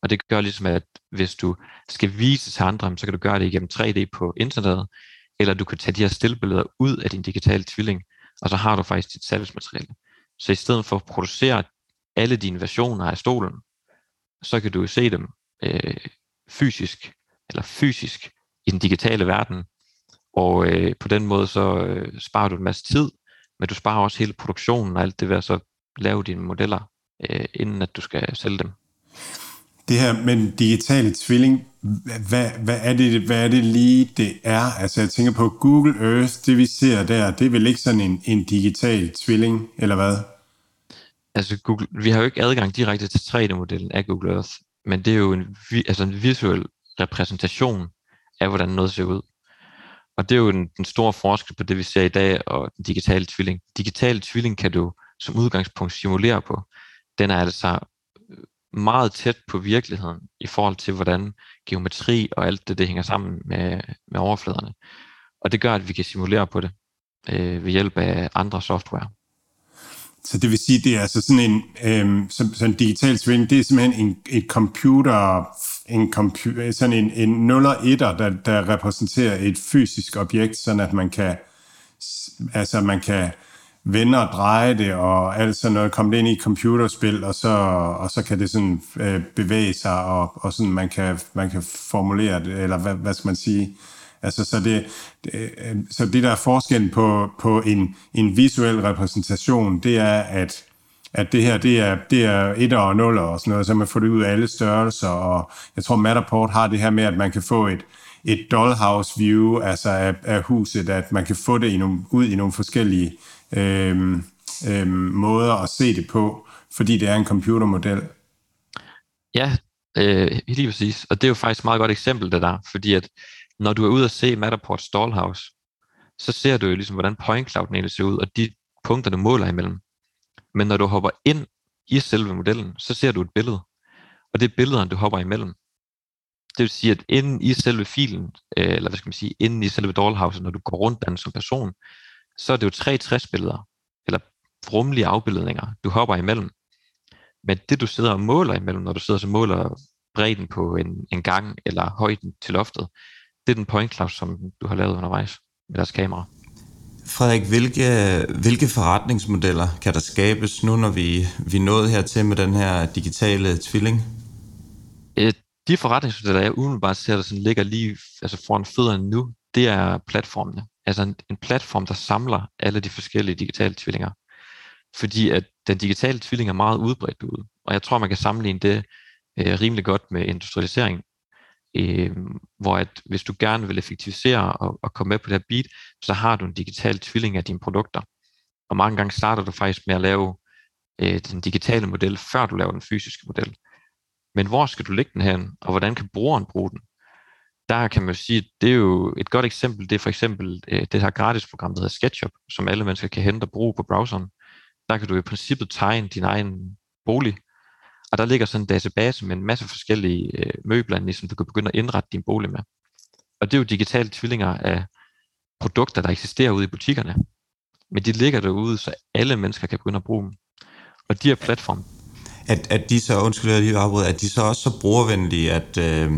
Og det gør ligesom, at hvis du skal vise til andre, så kan du gøre det igennem 3D på internettet, eller du kan tage de her stillbilleder ud af din digitale tvilling, og så har du faktisk dit salgsmateriale. Så i stedet for at producere alle dine versioner af stolen, så kan du se dem fysisk i den digitale verden, og på den måde så sparer du en masse tid, men du sparer også hele produktionen og alt det ved at så lave dine modeller, inden at du skal sælge dem. Det her med den digitale tvilling, hvad er det lige, det er? Altså jeg tænker på Google Earth, det vi ser der, det er vel ikke sådan en digital tvilling, eller hvad? Altså vi har jo ikke adgang direkte til 3D-modellen af Google Earth, men det er jo en visuel repræsentation af, hvordan noget ser ud. Og det er jo den store forskel på det, vi ser i dag, og den digitale tvilling. Digitale tvilling kan du som udgangspunkt simulere på. Den er altså meget tæt på virkeligheden i forhold til, hvordan geometri og alt det hænger sammen med overfladerne. Og det gør, at vi kan simulere på det ved hjælp af andre software. Så det vil sige, det er altså sådan en digital tvilling, det er simpelthen sådan en 0 og 1'er, der repræsenterer et fysisk objekt, sådan at man kan vende og dreje det, og alt sådan noget, komme det ind i et computerspil, og så kan det sådan bevæge sig, og sådan man kan formulere det, eller hvad skal man sige? Altså, så det der er forskellen på en visuel repræsentation, det er, at det her, det er 1'er og 0'er og sådan noget, så man får det ud af alle størrelser, og jeg tror Matterport har det her med, at man kan få et dollhouse view, altså af huset, at man kan få det ud i nogle forskellige måder at se det på, fordi det er en computermodel. Ja, lige præcis. Og det er jo faktisk et meget godt eksempel, det der, fordi at når du er ude at se Matterports dollhouse, så ser du jo ligesom, hvordan point clouden egentlig ser ud, og de punkter, du måler imellem. Men når du hopper ind i selve modellen, så ser du et billede, og det er billederne, du hopper imellem. Det vil sige, at inden i selve filen, eller hvad skal man sige, inden i selve dollhouse, når du går rundt den som person, så er det jo 360-billeder, eller rummelige afbildninger, du hopper imellem. Men det, du sidder og måler imellem, når du sidder og måler bredden på en gang, eller højden til loftet, det er den point cloud, som du har lavet undervejs med deres kamera. Frederik, hvilke forretningsmodeller kan der skabes nu, når vi er nået hertil med den her digitale tvilling? De forretningsmodeller, jeg umiddelbart ser, der sådan ligger lige foran fødderne nu, det er platformene. Altså en platform, der samler alle de forskellige digitale tvillinger. Fordi at den digitale tvilling er meget udbredt ud. Og jeg tror, man kan sammenligne det rimelig godt med industrialisering. Hvor at hvis du gerne vil effektivisere og komme med på det her beat, så har du en digital tvilling af dine produkter. Og mange gange starter du faktisk med at lave den digitale model, før du laver den fysiske model. Men hvor skal du lægge den hen, og hvordan kan brugeren bruge den? Der kan man jo sige, at det er jo et godt eksempel, det er for eksempel det her gratisprogram, der hedder SketchUp, som alle mennesker kan hente og bruge på browseren. Der kan du i princippet tegne din egen bolig, og der ligger sådan en database med en masse forskellige møbler, som du kan begynde at indrette din bolig med. Og det er jo digitale tvillinger af produkter, der eksisterer ude i butikkerne. Men de ligger derude, så alle mennesker kan begynde at bruge dem. Og de her platforme. At de så, undskyld jeg lige afbryder, at de så også så brugervenlige, at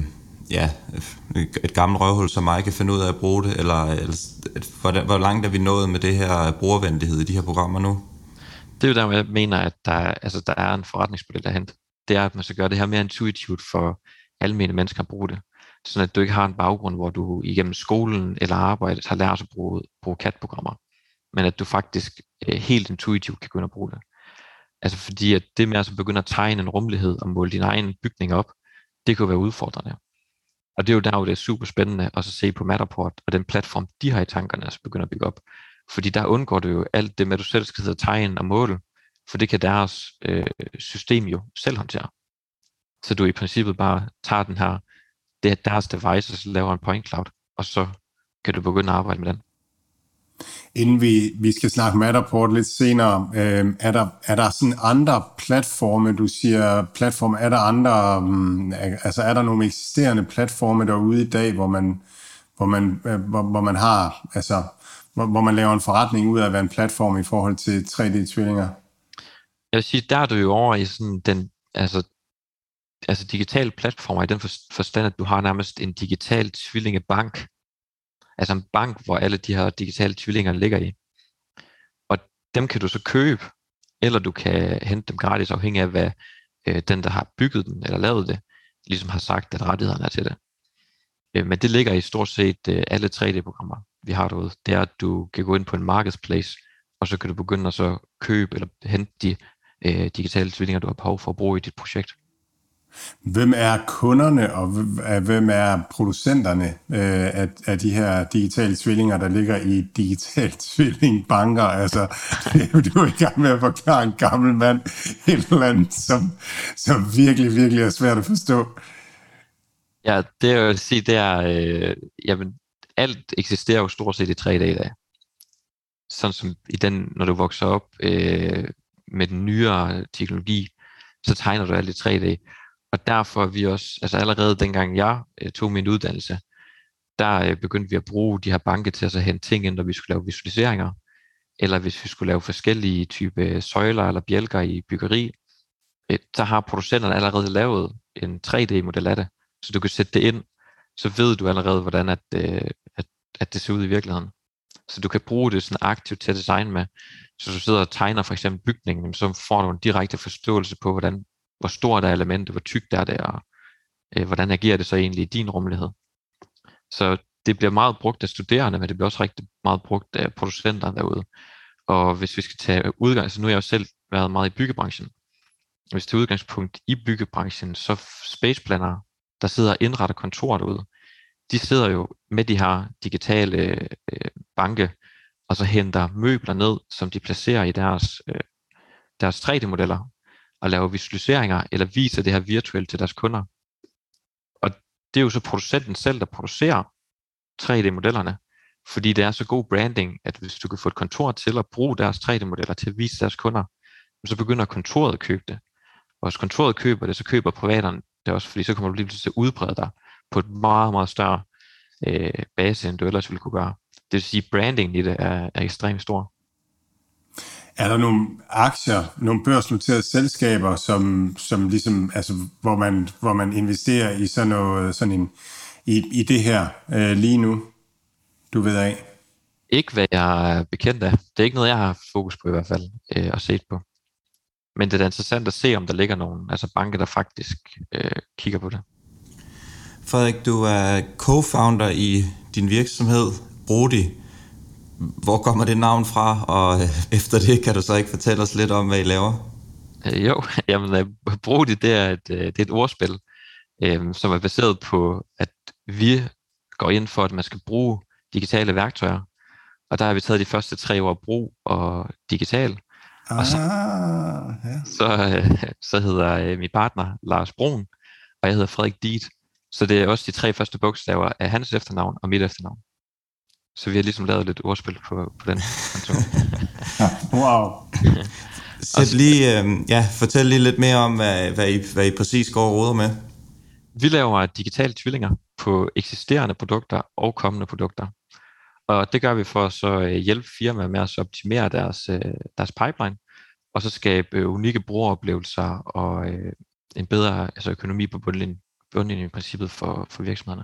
et gammelt røvhul som mig kan finde ud af at bruge det, eller hvor langt er vi nået med det her brugervenlighed i de her programmer nu? Det er jo der, hvor jeg mener, at der er en forretningsmodel derhen. Det er, at man skal gøre det her mere intuitivt for almene mennesker at bruge det. Sådan at du ikke har en baggrund, hvor du igennem skolen eller arbejdet har lært at bruge CAD-programmer. Men at du faktisk helt intuitivt kan gå ind og bruge det. Altså fordi at det med at begynde at tegne en rummelighed og måle din egen bygning op, det kan være udfordrende. Og det er jo der, hvor det er super spændende at så se på Matterport og den platform, de har i tankerne, så begynder at bygge op. Fordi der undgår du jo alt det med, at du selv skal sidde og tegne og måle, for det kan deres system jo selv håndtere. Så du i princippet bare tager den her, det er deres device, og så laver en point cloud, og så kan du begynde at arbejde med den. Inden vi skal snakke Matterport lidt senere, er der sådan andre platforme, du siger platforme, er der andre, altså er der nogle eksisterende platforme derude i dag, hvor man har, altså hvor man laver en forretning ud af at være en platform i forhold til 3D-tvillinger? Jeg vil sige, der er du jo over i sådan den, altså altså digitale platformer i den forstand, at du har nærmest en digital tvillingebank. Altså en bank, hvor alle de her digitale tvillinger ligger i. Og dem kan du så købe, eller du kan hente dem gratis, afhængig af hvad den, der har bygget den eller lavet det, ligesom har sagt, at rettighederne er til det. Men det ligger i stort set alle 3D-programmer, vi har derude. Det er, at du kan gå ind på en marketplace, og så kan du begynde at så købe eller hente de digitale tvillinger, du har behov for at bruge i dit projekt. Hvem er kunderne, og hvem er producenterne af de her digitale tvillinger, der ligger i digitale tvillingbanker? Altså, du er i gang med at forklare en gammel mand et eller andet, som virkelig, virkelig er svært at forstå. Ja, det jeg vil sige, det er, jamen, alt eksisterer jo stort set i 3D i dag. Sådan som i den, når du vokser op med den nyere teknologi, så tegner du alt i 3D. Og derfor er vi også, altså allerede dengang jeg tog min uddannelse, der begyndte vi at bruge de her banker til at så hente ting ind, når vi skulle lave visualiseringer, eller hvis vi skulle lave forskellige typer søjler eller bjælker i byggeri, så har producenterne allerede lavet en 3D-model af det, så du kan sætte det ind, så ved du allerede, hvordan at det ser ud i virkeligheden. Så du kan bruge det sådan aktivt til at designe med. Så du sidder og tegner for eksempel bygningen, så får du en direkte forståelse på, hvor stort er elementet, hvor tykt er det, og hvordan agerer det så egentlig i din rummelighed. Så det bliver meget brugt af studerende, men det bliver også rigtig meget brugt af producenter derude. Og hvis vi skal tage udgang, så nu har jeg jo selv været meget i byggebranchen. Hvis vi tager udgangspunkt i byggebranchen, så spaceplanere, der sidder og indretter kontorer derude, de sidder jo med de her digitale banke, og så henter møbler ned, som de placerer i deres 3D-modeller, og laver visualiseringer, eller viser det her virtuelt til deres kunder. Og det er jo så producenten selv, der producerer 3D-modellerne, fordi det er så god branding, at hvis du kan få et kontor til at bruge deres 3D-modeller til at vise deres kunder, så begynder kontoret at købe det. Og hvis kontoret køber det, så køber privaterne det også, fordi så kommer du lige til at udbrede dig på et meget, meget større base, end du ellers ville kunne gøre. Det vil sige, at brandingen i det er ekstremt stor. Er der nogle aktier, nogle børsnoterede selskaber, som ligesom, altså, hvor man investerer i i det her lige nu, du ved af? Ikke hvad jeg er bekendt af. Det er ikke noget, jeg har fokus på i hvert fald, og set på. Men det er interessant at se, om der ligger nogle banker, der faktisk kigger på det. Frederik, du er co-founder i din virksomhed, Brody. Hvor kommer det navn fra, og efter det kan du så ikke fortælle os lidt om, hvad I laver? Jo, jamen Brody, det er et ordspil, som er baseret på, at vi går ind for, at man skal bruge digitale værktøjer. Og der har vi taget de første 3 år brug og digital. Og så hedder min partner Lars Brun, og jeg hedder Frederik Diet. Så det er også de 3 første bogstaver af hans efternavn og mit efternavn. Så vi har ligesom lavet lidt ordspil på den konto. Wow. Fortæl lige lidt mere om, hvad I præcis går og råder med. Vi laver digitale tvillinger på eksisterende produkter og kommende produkter. Og det gør vi for at så hjælpe firmaer med at optimere deres pipeline, og så skabe unikke brugeroplevelser og en bedre økonomi på bundlinjen i princippet for virksomhederne.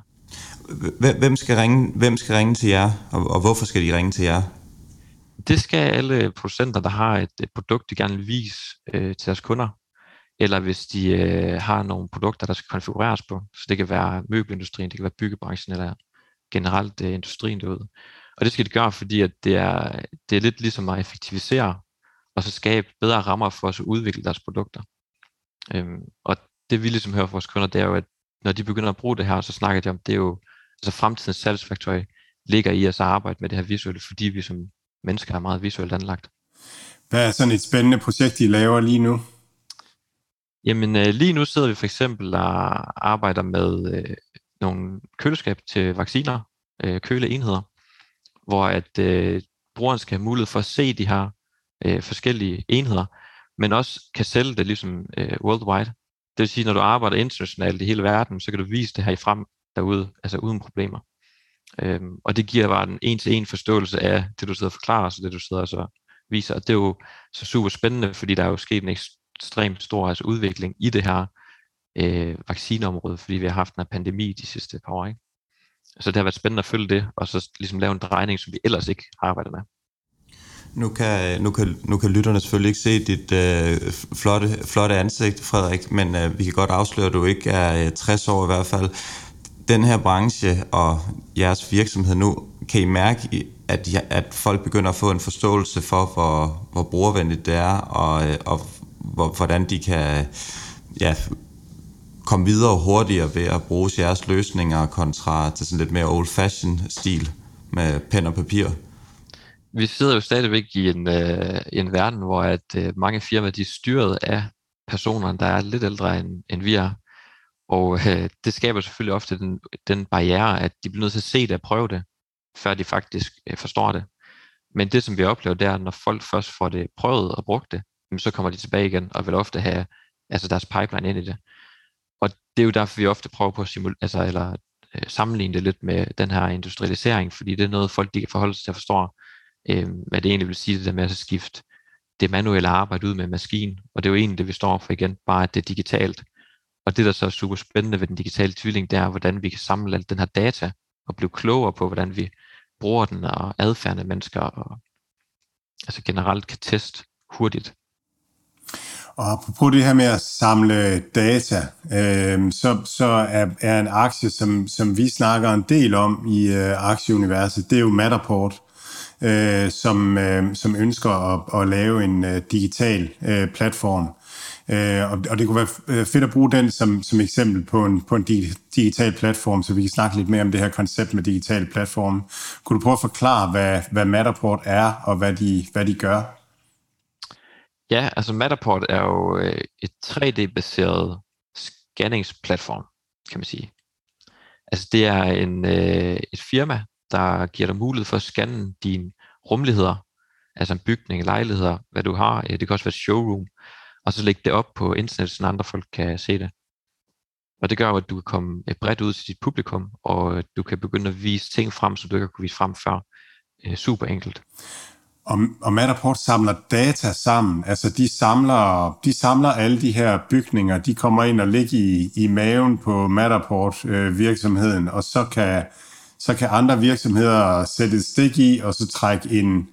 Hvem skal ringe til jer, og hvorfor skal de ringe til jer? Det skal alle producenter, der har et produkt, de gerne vil vise til deres kunder, eller hvis de har nogle produkter, der skal konfigureres på. Så det kan være møbelindustrien, det kan være byggebranchen, eller generelt industrien derude. Og det skal de gøre, fordi at det er lidt ligesom at effektivisere, og så skabe bedre rammer for at udvikle deres produkter. Og det vi ligesom hører fra vores kunder, det er jo, at når de begynder at bruge det her, så snakker de om, det er jo, altså fremtidens salgsværktøj ligger i at så arbejde med det her visuelle, fordi vi som mennesker er meget visuelt anlagt. Hvad er sådan et spændende projekt, I laver lige nu? Jamen lige nu sidder vi for eksempel og arbejder med nogle køleskab til vacciner, køleenheder, hvor at brugeren skal have mulighed for at se de her forskellige enheder, men også kan sælge det ligesom worldwide. Det vil sige, når du arbejder internationalt i hele verden, så kan du vise det her i frem derude, altså uden problemer. Og det giver bare en en-til-en forståelse af det, du sidder og forklarer, og det, du sidder og så viser. Og det er jo så super spændende, fordi der er jo sket en ekstremt stor udvikling i det her vaccineområdet, fordi vi har haft en pandemi de sidste par år, ikke? Så det har været spændende at følge det, og så ligesom lave en drejning, som vi ellers ikke har arbejdet med. Nu kan lytterne selvfølgelig ikke se dit flotte ansigt, Frederik, men vi kan godt afsløre, at du ikke er 60 år i hvert fald. Den her branche og jeres virksomhed nu, kan I mærke, at folk begynder at få en forståelse for, hvor brugervenligt det er, og hvordan de kan komme videre hurtigere ved at bruge jeres løsninger kontra til sådan lidt mere old-fashioned stil med pen og papir? Vi sidder jo stadigvæk i en verden, hvor at mange firmaer de er styret af personer, der er lidt ældre end vi er. Og det skaber selvfølgelig ofte den barriere, at de bliver nødt til at se det og prøve det, før de faktisk forstår det. Men det, som vi oplever, det er, at når folk først får det prøvet og brugt det, så kommer de tilbage igen og vil ofte have deres pipeline ind i det. Og det er jo derfor, vi ofte prøver på at sammenligne det lidt med den her industrialisering, fordi det er noget, folk de kan forholde sig til at forstå, hvad det egentlig vil sige, det der med at skifte det manuelle arbejde ud med maskinen. Og det er jo egentlig det, vi står for igen, bare at det er digitalt. Og det, der så er super spændende ved den digitale tvilling, det er, hvordan vi kan samle al den her data og blive klogere på, hvordan vi bruger den, og adfærden af mennesker, og altså generelt kan teste hurtigt. Og apropos det her med at samle data, så er en aktie, som vi snakker en del om i aktieuniverset, det er jo Matterport, som ønsker at lave en digital platform. Og det kunne være fedt at bruge den som eksempel på en digital platform, så vi kan snakke lidt mere om det her koncept med digital platform. Kunne du prøve at forklare, hvad Matterport er, og hvad de gør? Ja, altså Matterport er jo et 3D-baseret scanningsplatform, kan man sige. Altså det er et firma, der giver dig mulighed for at scanne dine rumligheder, altså en bygning, lejligheder, hvad du har. Det kan også være et showroom, og så lægge det op på internet, så andre folk kan se det. Og det gør jo, at du kan komme bredt ud til dit publikum, og du kan begynde at vise ting frem, som du ikke har kunne vise frem før. Super enkelt. Og Matterport samler data sammen. Altså de samler alle de her bygninger, de kommer ind og ligger i maven på Matterport virksomheden, og så kan andre virksomheder sætte et stik i, og så trække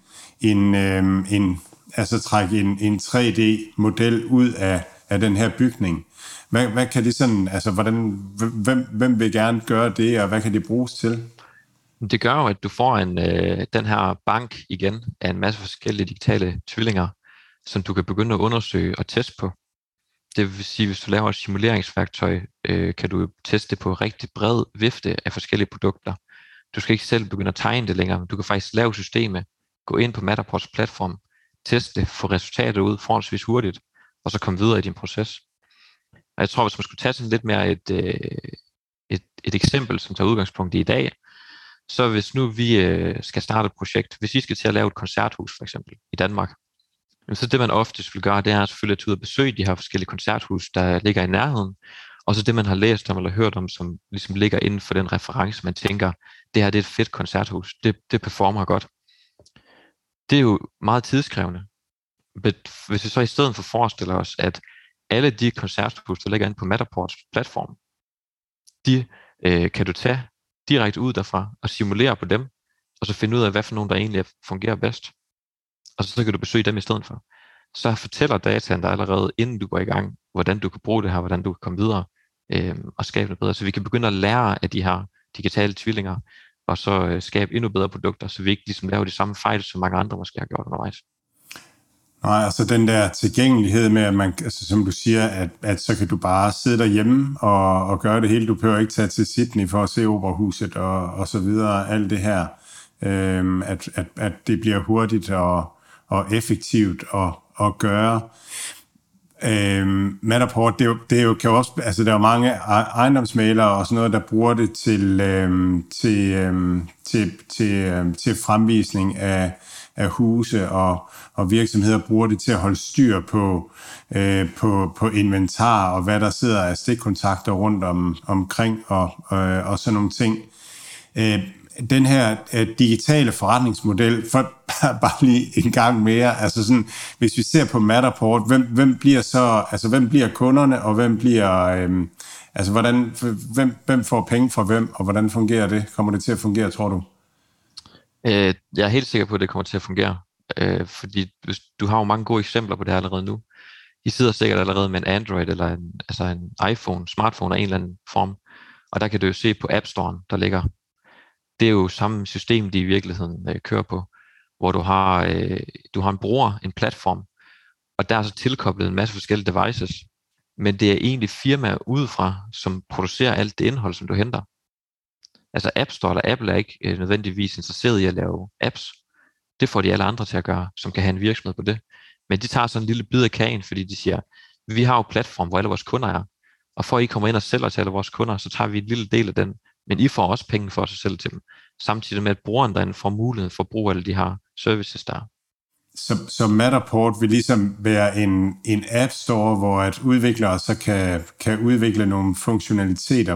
en 3D-model ud af den her bygning. Hvad kan det sådan, altså hvem vil gerne gøre det, og hvad kan det bruges til? Det gør jo, at du får den her bank igen af en masse forskellige digitale tvillinger, som du kan begynde at undersøge og teste på. Det vil sige, hvis du laver et simuleringsværktøj, kan du teste på rigtig bred vifte af forskellige produkter. Du skal ikke selv begynde at tegne det længere, men du kan faktisk lave systemet, gå ind på Matterports platform, teste, få resultater ud forholdsvis hurtigt, og så komme videre i din proces. Og jeg tror, hvis man skulle tage sådan lidt mere et eksempel, som tager udgangspunkt i dag, så hvis nu vi skal starte et projekt, hvis I skal til at lave et koncerthus for eksempel i Danmark, så det man oftest vil gøre, det er selvfølgelig at tage ud og besøge de her forskellige koncerthus, der ligger i nærheden, og så det man har læst om eller hørt om, som ligesom ligger inden for den reference, man tænker, det her det er et fedt koncerthus, det performer godt. Det er jo meget tidskrævende. Hvis vi så i stedet for forestiller os, at alle de koncerthus, der ligger inde på Matterports platform, de kan du tage direkte ud derfra og simulere på dem, og så finde ud af, hvad for nogen, der egentlig fungerer bedst. Og så kan du besøge dem i stedet for. Så fortæller dataen dig allerede, inden du går i gang, hvordan du kan bruge det her, hvordan du kan komme videre og skabe noget bedre. Så vi kan begynde at lære af de her digitale tvillinger, og så skabe endnu bedre produkter, så vi ikke ligesom laver de samme fejl, som mange andre måske har gjort undervejs. Nej, altså den der tilgængelighed med, at man, altså som du siger, at så kan du bare sidde derhjemme og gøre det hele. Du behøver ikke tage til Sydney for at se Operahuset og så videre. Alt det her, at det bliver hurtigt og effektivt at gøre. Matterport, det er jo kan også, altså der er jo mange ejendomsmælere og sådan noget, der bruger det til fremvisning af huse, og virksomheder bruger det til at holde styr på inventar og hvad der sidder af stikkontakter rundt omkring og sådan nogle ting. den her digitale forretningsmodel, for bare lige en gang mere, altså sådan, hvis vi ser på Matterport, hvem bliver kunderne, og hvem bliver, hvem får penge fra hvem, og hvordan fungerer det? Kommer det til at fungere, tror du? Jeg er helt sikker på, at det kommer til at fungere, fordi du har jo mange gode eksempler på det allerede nu. I sidder sikkert allerede med en Android eller en iPhone, smartphone af en eller anden form, og der kan du jo se på App Store'en, der ligger. Det er jo samme system, de i virkeligheden kører på, hvor du har en bruger, en platform, og der er så tilkoblet en masse forskellige devices, men det er egentlig firmaer udefra, som producerer alt det indhold, som du henter. Altså App Store eller Apple er ikke nødvendigvis interesseret i at lave apps. Det får de alle andre til at gøre, som kan have en virksomhed på det. Men de tager sådan en lille bid af kagen, fordi de siger, vi har jo platform, hvor alle vores kunder er, og for at I kommer ind og sælger til alle vores kunder, så tager vi en lille del af den, men I får også penge for at sælge til dem, samtidig med at brugeren derinde får mulighed for at bruge alle de her services der. Så Matterport vil ligesom være en app store, hvor at udviklere så kan udvikle nogle funktionaliteter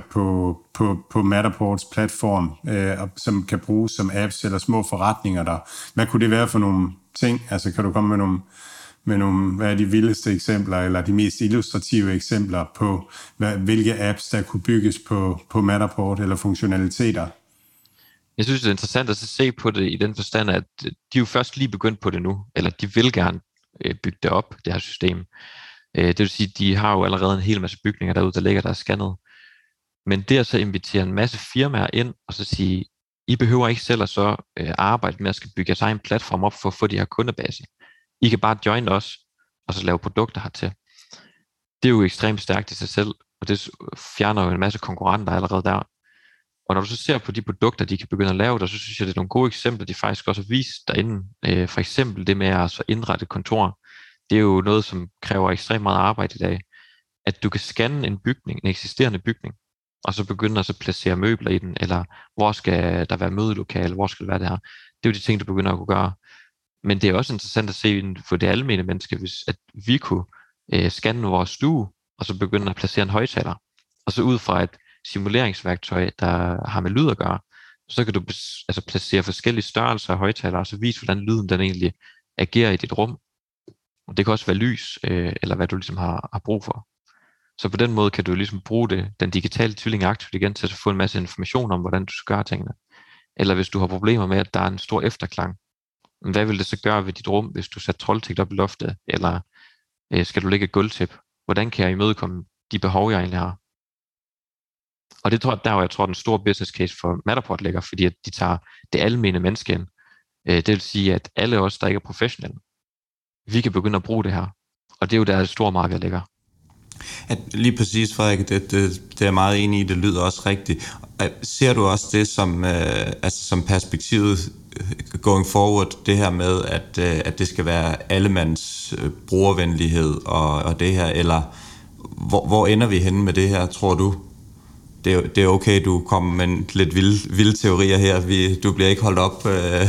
på Matterports platform, som kan bruges som apps eller små forretninger der. Hvad kunne det være for nogle ting? Altså kan du komme med nogle hvad er de vildeste eksempler, eller de mest illustrative eksempler på, hvilke apps der kunne bygges på Matterport eller funktionaliteter? Jeg synes, det er interessant at se på det i den forstand, at de er jo først lige begyndt på det nu, eller de vil gerne bygge det op, det her system. Det vil sige, de har jo allerede en hel masse bygninger derude, der ligger der er scannet. Men det at så invitere en masse firmaer ind, og så sige, I behøver ikke selv at så arbejde med at skal bygge jeres egen platform op for at få de her kundebase. I kan bare join os, og så lave produkter hertil. Det er jo ekstremt stærkt i sig selv, og det fjerner jo en masse konkurrenter allerede der. Og når du så ser på de produkter, de kan begynde at lave der, så synes jeg, det er nogle gode eksempler, de faktisk også har vist derinde. For eksempel det med at så indrette kontor. Det er jo noget, som kræver ekstremt meget arbejde i dag. At du kan scanne en bygning, en eksisterende bygning, og så begynde at så placere møbler i den, eller hvor skal der være mødelokale, hvor skal det være det her. Det er jo de ting, du begynder at kunne gøre. Men det er også interessant at se for det almene menneske, hvis at vi kunne scanne vores stue, og så begynde at placere en højttaler. Og så ud fra et simuleringsværktøj, der har med lyd at gøre, så kan du placere forskellige størrelser af højttalere, og så vise, hvordan lyden den egentlig agerer i dit rum. Og det kan også være lys, eller hvad du ligesom har brug for. Så på den måde kan du ligesom bruge den digitale tvilling aktivt igen, til at få en masse information om, hvordan du skal gøre tingene. Eller hvis du har problemer med, at der er en stor efterklang, hvad vil det så gøre ved dit rum, hvis du sætter troldtægt op i loftet, eller skal du lægge et gulvtæppe? Hvordan kan jeg imødekomme de behov, jeg egentlig har? Og det hvor jeg tror, den store business case for Matterport ligger, fordi at de tager det almene menneske ind. Det vil sige, at alle os, der ikke er professionelle, vi kan begynde at bruge det her. Og det er jo der, det store marked ligger. At lige præcis, Frederik, det er jeg meget enig i, det lyder også rigtigt. Ser du også det som perspektivet going forward, det her med, at det skal være allemands brugervenlighed og det her, eller hvor ender vi henne med det her, tror du? Det er okay, du kommer med lidt vilde teorier her. Du bliver ikke holdt op.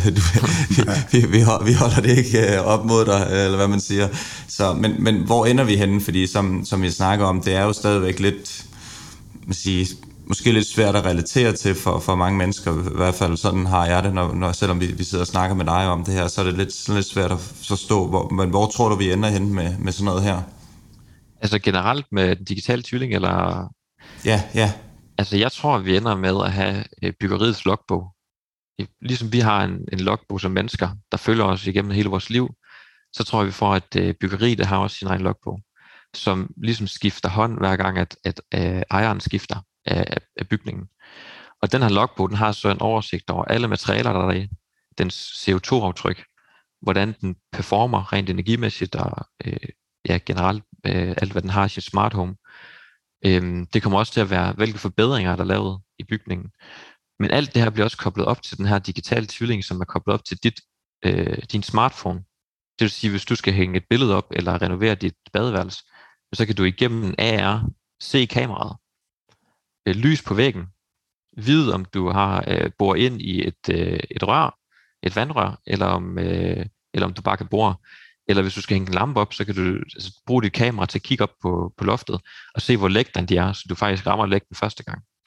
Vi holder det ikke op mod dig, eller hvad man siger. Så, men hvor ender vi henne? Fordi som vi snakker om, det er jo stadigvæk lidt, måske lidt svært at relatere til for mange mennesker. I hvert fald sådan har jeg det, selvom vi sidder og snakker med dig om det her, så er det lidt svært at forstå. Men hvor tror du, vi ender henne med sådan noget her? Altså generelt med digital tvilling, eller? Ja. Altså jeg tror, vi ender med at have byggeriets logbog. Ligesom vi har en logbog som mennesker, der følger os igennem hele vores liv, så tror jeg, vi får et byggeri, der har også sin egen logbog, som ligesom skifter hånd hver gang, at ejeren skifter af bygningen. Og den her logbog, den har så en oversigt over alle materialer, der er i, dens CO2-aftryk, hvordan den performer rent energimæssigt, og generelt alt, hvad den har i sit smart home. Det kommer også til at være, hvilke forbedringer, der er lavet i bygningen. Men alt det her bliver også koblet op til den her digitale tvilling, som er koblet op til din smartphone. Det vil sige, hvis du skal hænge et billede op, eller renovere dit badeværelse, så kan du igennem AR se kameraet. Lys på væggen. Vide, om du har boret ind i et rør, et vandrør, eller om du bare kan bore. Eller hvis du skal hænge en lampe op, så kan du bruge dit kamera til at kigge op på loftet og se, hvor lægterne de er, så du faktisk rammer lægten første gang.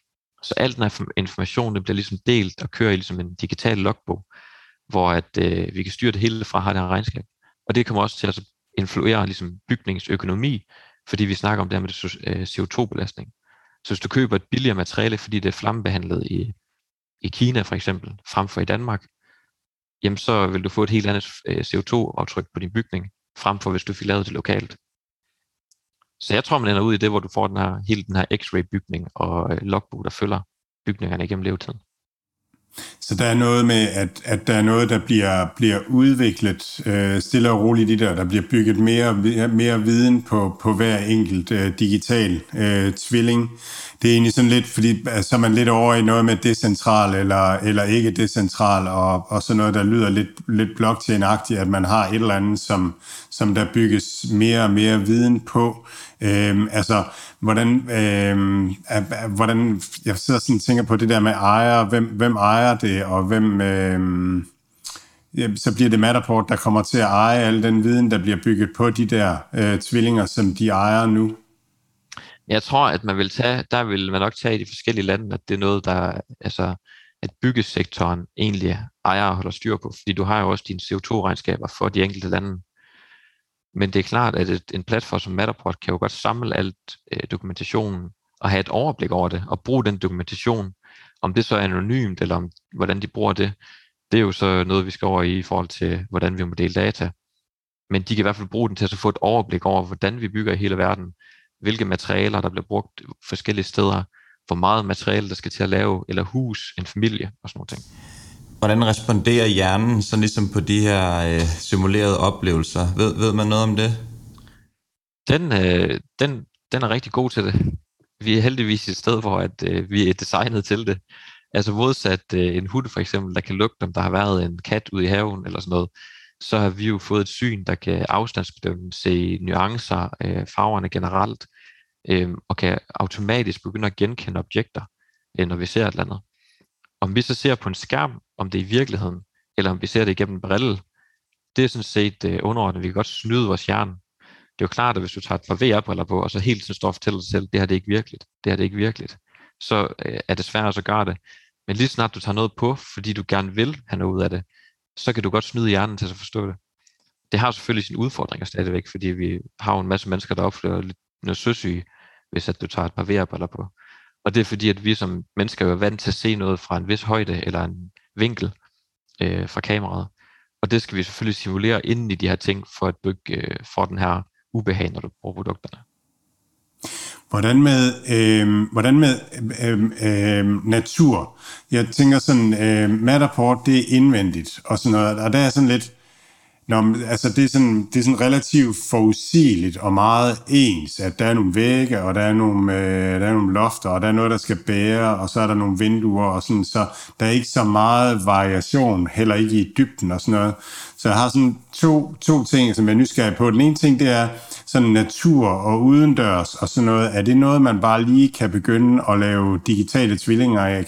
Så al den her information, det bliver ligesom delt og kører i ligesom en digital logbog, hvor at, vi kan styre det hele fra har det her regnskab. Og det kommer også til at influere ligesom bygningsøkonomi, fordi vi snakker om det her med det, CO2-belastning. Så hvis du køber et billigere materiale, fordi det er flammebehandlet i Kina for eksempel, frem for i Danmark, jamen så vil du få et helt andet CO2-aftryk på din bygning, frem for hvis du fik lavet det lokalt. Så jeg tror, man ender ud i det, hvor du får hele den her X-ray-bygning og logbog, der følger bygningerne igennem levetiden. Så der er noget med, at der er noget, der bliver udviklet stille og roligt i det, og der bliver bygget mere viden på hver enkelt digital tvilling. Det er egentlig sådan lidt, fordi så er man lidt over i noget med decentral eller ikke decentral, og sådan noget, der lyder lidt blockchain-agtigt, at man har et eller andet, som der bygges mere og mere viden på. Altså, hvordan jeg sidder sådan og tænker på det der med ejere, hvem ejer det, og hvem, så bliver det Matterport, der kommer til at eje al den viden, der bliver bygget på de der tvillinger, som de ejer nu. Jeg tror, at der vil man nok tage i de forskellige lande, at det er noget, der, altså, at byggesektoren egentlig ejer og holder styr på, fordi du har jo også dine CO2-regnskaber for de enkelte lande. Men det er klart, at en platform som Matterport kan jo godt samle alt dokumentationen og have et overblik over det, og bruge den dokumentation. Om det så er anonymt, eller om hvordan de bruger det, det er jo så noget, vi skal over i forhold til, hvordan vi må dele data. Men de kan i hvert fald bruge den til at få et overblik over, hvordan vi bygger i hele verden, hvilke materialer, der bliver brugt forskellige steder, hvor meget materiale, der skal til at lave, eller hus, en familie og sådan noget ting. Hvordan responderer hjernen så ligesom på de her simulerede oplevelser? Ved man noget om det? Den er rigtig god til det. Vi er heldigvis et sted, hvor vi er designet til det. Altså modsat en hund for eksempel, der kan lugte, om der har været en kat ude i haven eller sådan noget, så har vi jo fået et syn, der kan afstandsbedømme, se nuancer, farverne generelt, og kan automatisk begynde at genkende objekter, når vi ser et eller andet. Om vi så ser på en skærm, om det er i virkeligheden, eller om vi ser det igennem en brille, det er sådan set underordnet. Vi kan godt snyde vores hjerne. Det er jo klart, at hvis du tager et par VR-briller på, og så hele tiden står og fortæller dig selv, det her det er ikke virkeligt, det her det er ikke virkeligt, så er det svært at gøre det. Men lige snart du tager noget på, fordi du gerne vil have noget ud af det, så kan du godt snyde hjernen til at forstå det. Det har selvfølgelig sine udfordringer stadigvæk, fordi vi har jo en masse mennesker, der oplever lidt noget søsyge, hvis at du tager et par VR-briller på. Og det er fordi, at vi som mennesker er vant til at se noget fra en vis højde eller en vinkel fra kameraet. Og det skal vi selvfølgelig simulere inden i de her ting, for at bygge for den her ubehag, når du bruger produkterne. Hvordan med natur? Jeg tænker sådan, Matterport, det er indvendigt og sådan noget, og der er sådan lidt, altså det er sådan relativt forudsigeligt og meget ens, at der er nogle vægge, og der er nogle lofter, og der er noget, der skal bære, og så er der nogle vinduer, og sådan, så der er ikke så meget variation, heller ikke i dybden og sådan noget. Så jeg har sådan to ting, som jeg er nysgerrig på. Den ene ting, det er sådan natur og udendørs og sådan noget. Er det noget, man bare lige kan begynde at lave digitale tvillinger af?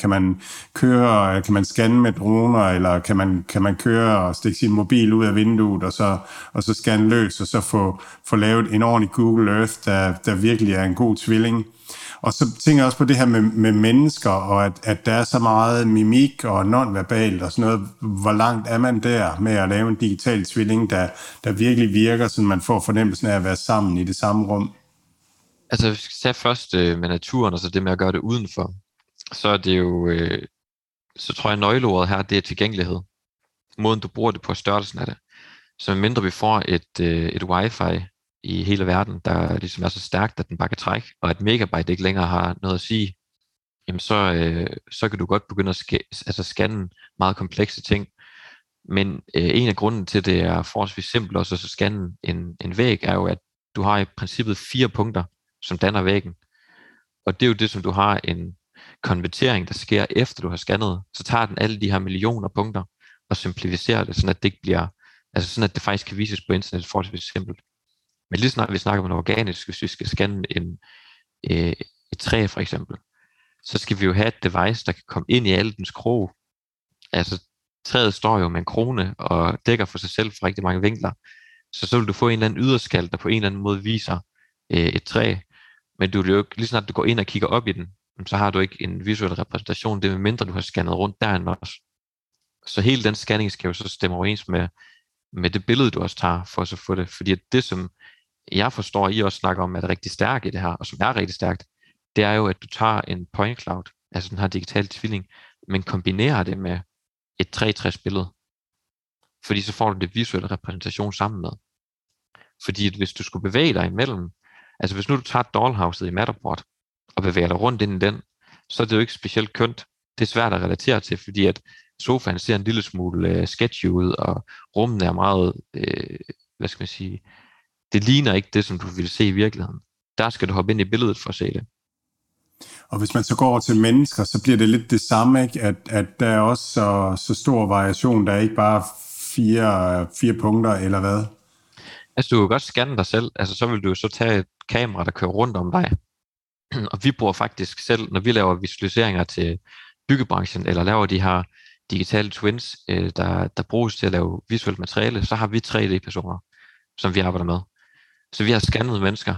Kan man scanne med droner, eller kan man køre og stikke sin mobil ud af vinduet, og så scanne løs, og så få lavet en ordentlig Google Earth, der virkelig er en god tvilling? Og så tænker jeg også på det her med mennesker, og at der er så meget mimik og nonverbalt og sådan noget. Hvor langt er man der med at lave en digital tvilling, der virkelig virker, så man får fornemmelsen af at være sammen i det samme rum? Altså, hvis vi skal tage først med naturen, og så det med at gøre det udenfor, så er det jo, så tror jeg nøgleordet her, det er tilgængelighed. Måden du bruger det på, størrelsen af det. Så mindre vi får et wifi i hele verden, der ligesom er så stærkt, at den bare kan trække, og at megabyte ikke længere har noget at sige, jamen så kan du godt begynde at scanne meget komplekse ting. Men en af grunden til, det er forholdsvis simpelt også at scanne en væg, er jo, at du har i princippet 4 punkter, som danner væggen. Og det er jo det, som du har en konvertering, der sker efter du har scannet. Så tager den alle de her millioner punkter og simplificerer det, sådan at det ikke bliver, altså sådan at det faktisk kan vises på internet forholdsvis simpelt. Men lige snart vi snakker om noget organisk, hvis vi skal scanne et træ for eksempel, så skal vi jo have et device, der kan komme ind i alle dens krog. Altså træet står jo med en krone og dækker for sig selv fra rigtig mange vinkler. Så vil du få en eller anden yderskal, der på en eller anden måde viser et træ. Men du vil jo ikke, lige snart du går ind og kigger op i den, så har du ikke en visuel repræsentation, det er mindre du har scannet rundt derinde også. Så hele den scanning skal jo så stemme overens med det billede, du også tager, for at så få det. Fordi det, som jeg forstår, I også snakker om, er rigtig stærkt i det her, og som er rigtig stærkt, det er jo, at du tager en point cloud, altså den her digitale tvilling, men kombinerer det med et 360-billede. Fordi så får du det visuelle repræsentation sammen med. Fordi hvis du skulle bevæge dig imellem, altså hvis nu du tager dollhouset i Matterport, og bevæger dig rundt ind i den, så er det jo ikke specielt kønt. Det er svært at relatere til, fordi at sofaen ser en lille smule sketchy ud, og rummet er meget, hvad skal man sige, det ligner ikke det, som du ville se i virkeligheden. Der skal du hoppe ind i billedet for at se det. Og hvis man så går over til mennesker, så bliver det lidt det samme, ikke? At der er også så stor variation, der er ikke bare fire punkter, eller hvad? Altså du kan godt scanne dig selv, altså så vil du så tage et kamera, der kører rundt om dig. Og vi bruger faktisk selv, når vi laver visualiseringer til byggebranchen, eller laver de her digitale twins, der bruges til at lave visuelt materiale, så har vi 3D-personer, som vi arbejder med. Så vi har scannet mennesker,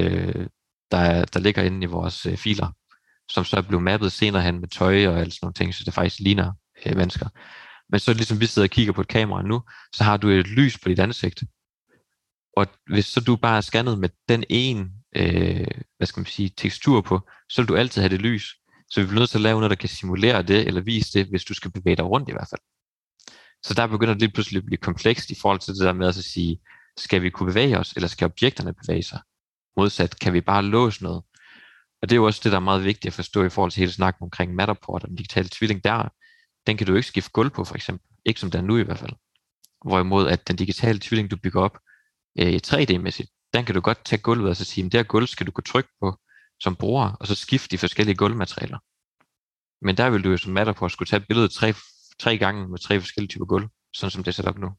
der ligger inde i vores filer, som så er blevet mappet senere hen med tøj og alt sådan nogle ting, så det faktisk ligner mennesker. Men så ligesom vi sidder og kigger på et kamera nu, så har du et lys på dit ansigt. Og hvis så du bare er scannet med den ene, hvad skal man sige, tekstur på, så vil du altid have det lys. Så vi bliver nødt til at lave noget, der kan simulere det, eller vise det, hvis du skal bevæge dig rundt i hvert fald. Så der begynder det lige pludselig at blive komplekst i forhold til det der med at sige, skal vi kunne bevæge os, eller skal objekterne bevæge sig? Modsat, kan vi bare låse noget? Og det er jo også det, der er meget vigtigt at forstå i forhold til hele snakken omkring Matterport og den digitale tvilling. Den kan du ikke skifte gulv på, for eksempel. Ikke som den er nu i hvert fald. Hvorimod at den digitale tvilling, du bygger op 3D-mæssigt, den kan du godt tage gulvet og så sige, det her gulv skal du kunne trykke på som bruger, og så skifte de forskellige gulvmaterialer. Men der vil du jo som Matterport skulle tage billedet tre gange med 3 forskellige typer gulv, sådan som det er sat op nu.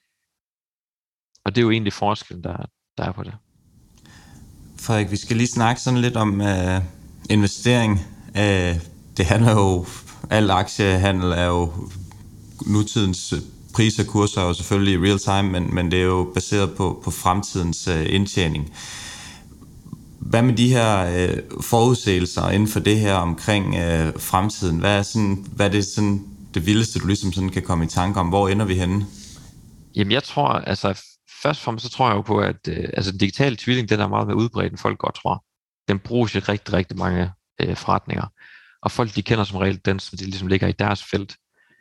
Og det er jo egentlig forskellen, der er på det. Frederik, vi skal lige snakke sådan lidt om investering. Det handler jo, al aktiehandel er jo nutidens priser og kurser er jo selvfølgelig i real time, men det er jo baseret på fremtidens indtjening. Hvad med de her forudsigelser inden for det her omkring fremtiden? Hvad er det sådan det vildeste, du ligesom sådan kan komme i tanke om? Hvor ender vi henne? Jamen jeg tror, altså først og fremmest så tror jeg jo på, at den digitale tvilling, den er meget mere udbredt, end folk godt tror. Den bruges i rigtig, rigtig mange forretninger. Og folk, de kender som regel den, som de ligesom ligger i deres felt.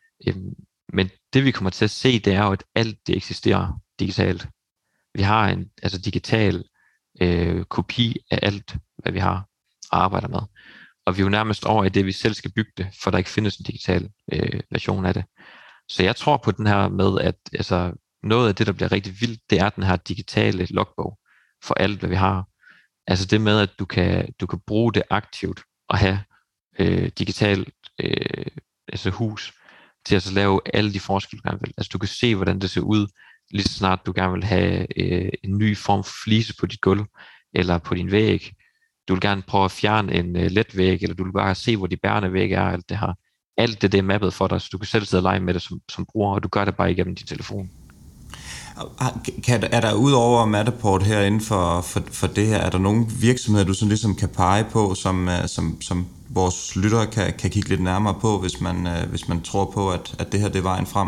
Men det vi kommer til at se, det er jo, at alt det eksisterer digitalt. Vi har en digital kopi af alt, hvad vi har og arbejder med. Og vi er jo nærmest over i det, vi selv skal bygge det, for der ikke findes en digital version af det. Så jeg tror på den her med, at noget af det, der bliver rigtig vildt, det er den her digitale logbog for alt, hvad vi har. Altså det med, at du kan bruge det aktivt og have digitalt hus til at så lave alle de forskelle, du gerne vil. Altså du kan se, hvordan det ser ud, lige så snart du gerne vil have en ny form for flise på dit gulv, eller på din væg. Du vil gerne prøve at fjerne en let væg, eller du vil bare se, hvor de bærende væg er, alt det her. Alt det er mappet for dig, så du kan selv sidde og lege med det som bruger, og du gør det bare igennem din telefon. Er der udover Matterport her inden for det her, er der nogle virksomheder, du sådan ligesom kan pege på, som vores lyttere kan kigge lidt nærmere på, hvis man tror på, at det her det er vejen frem?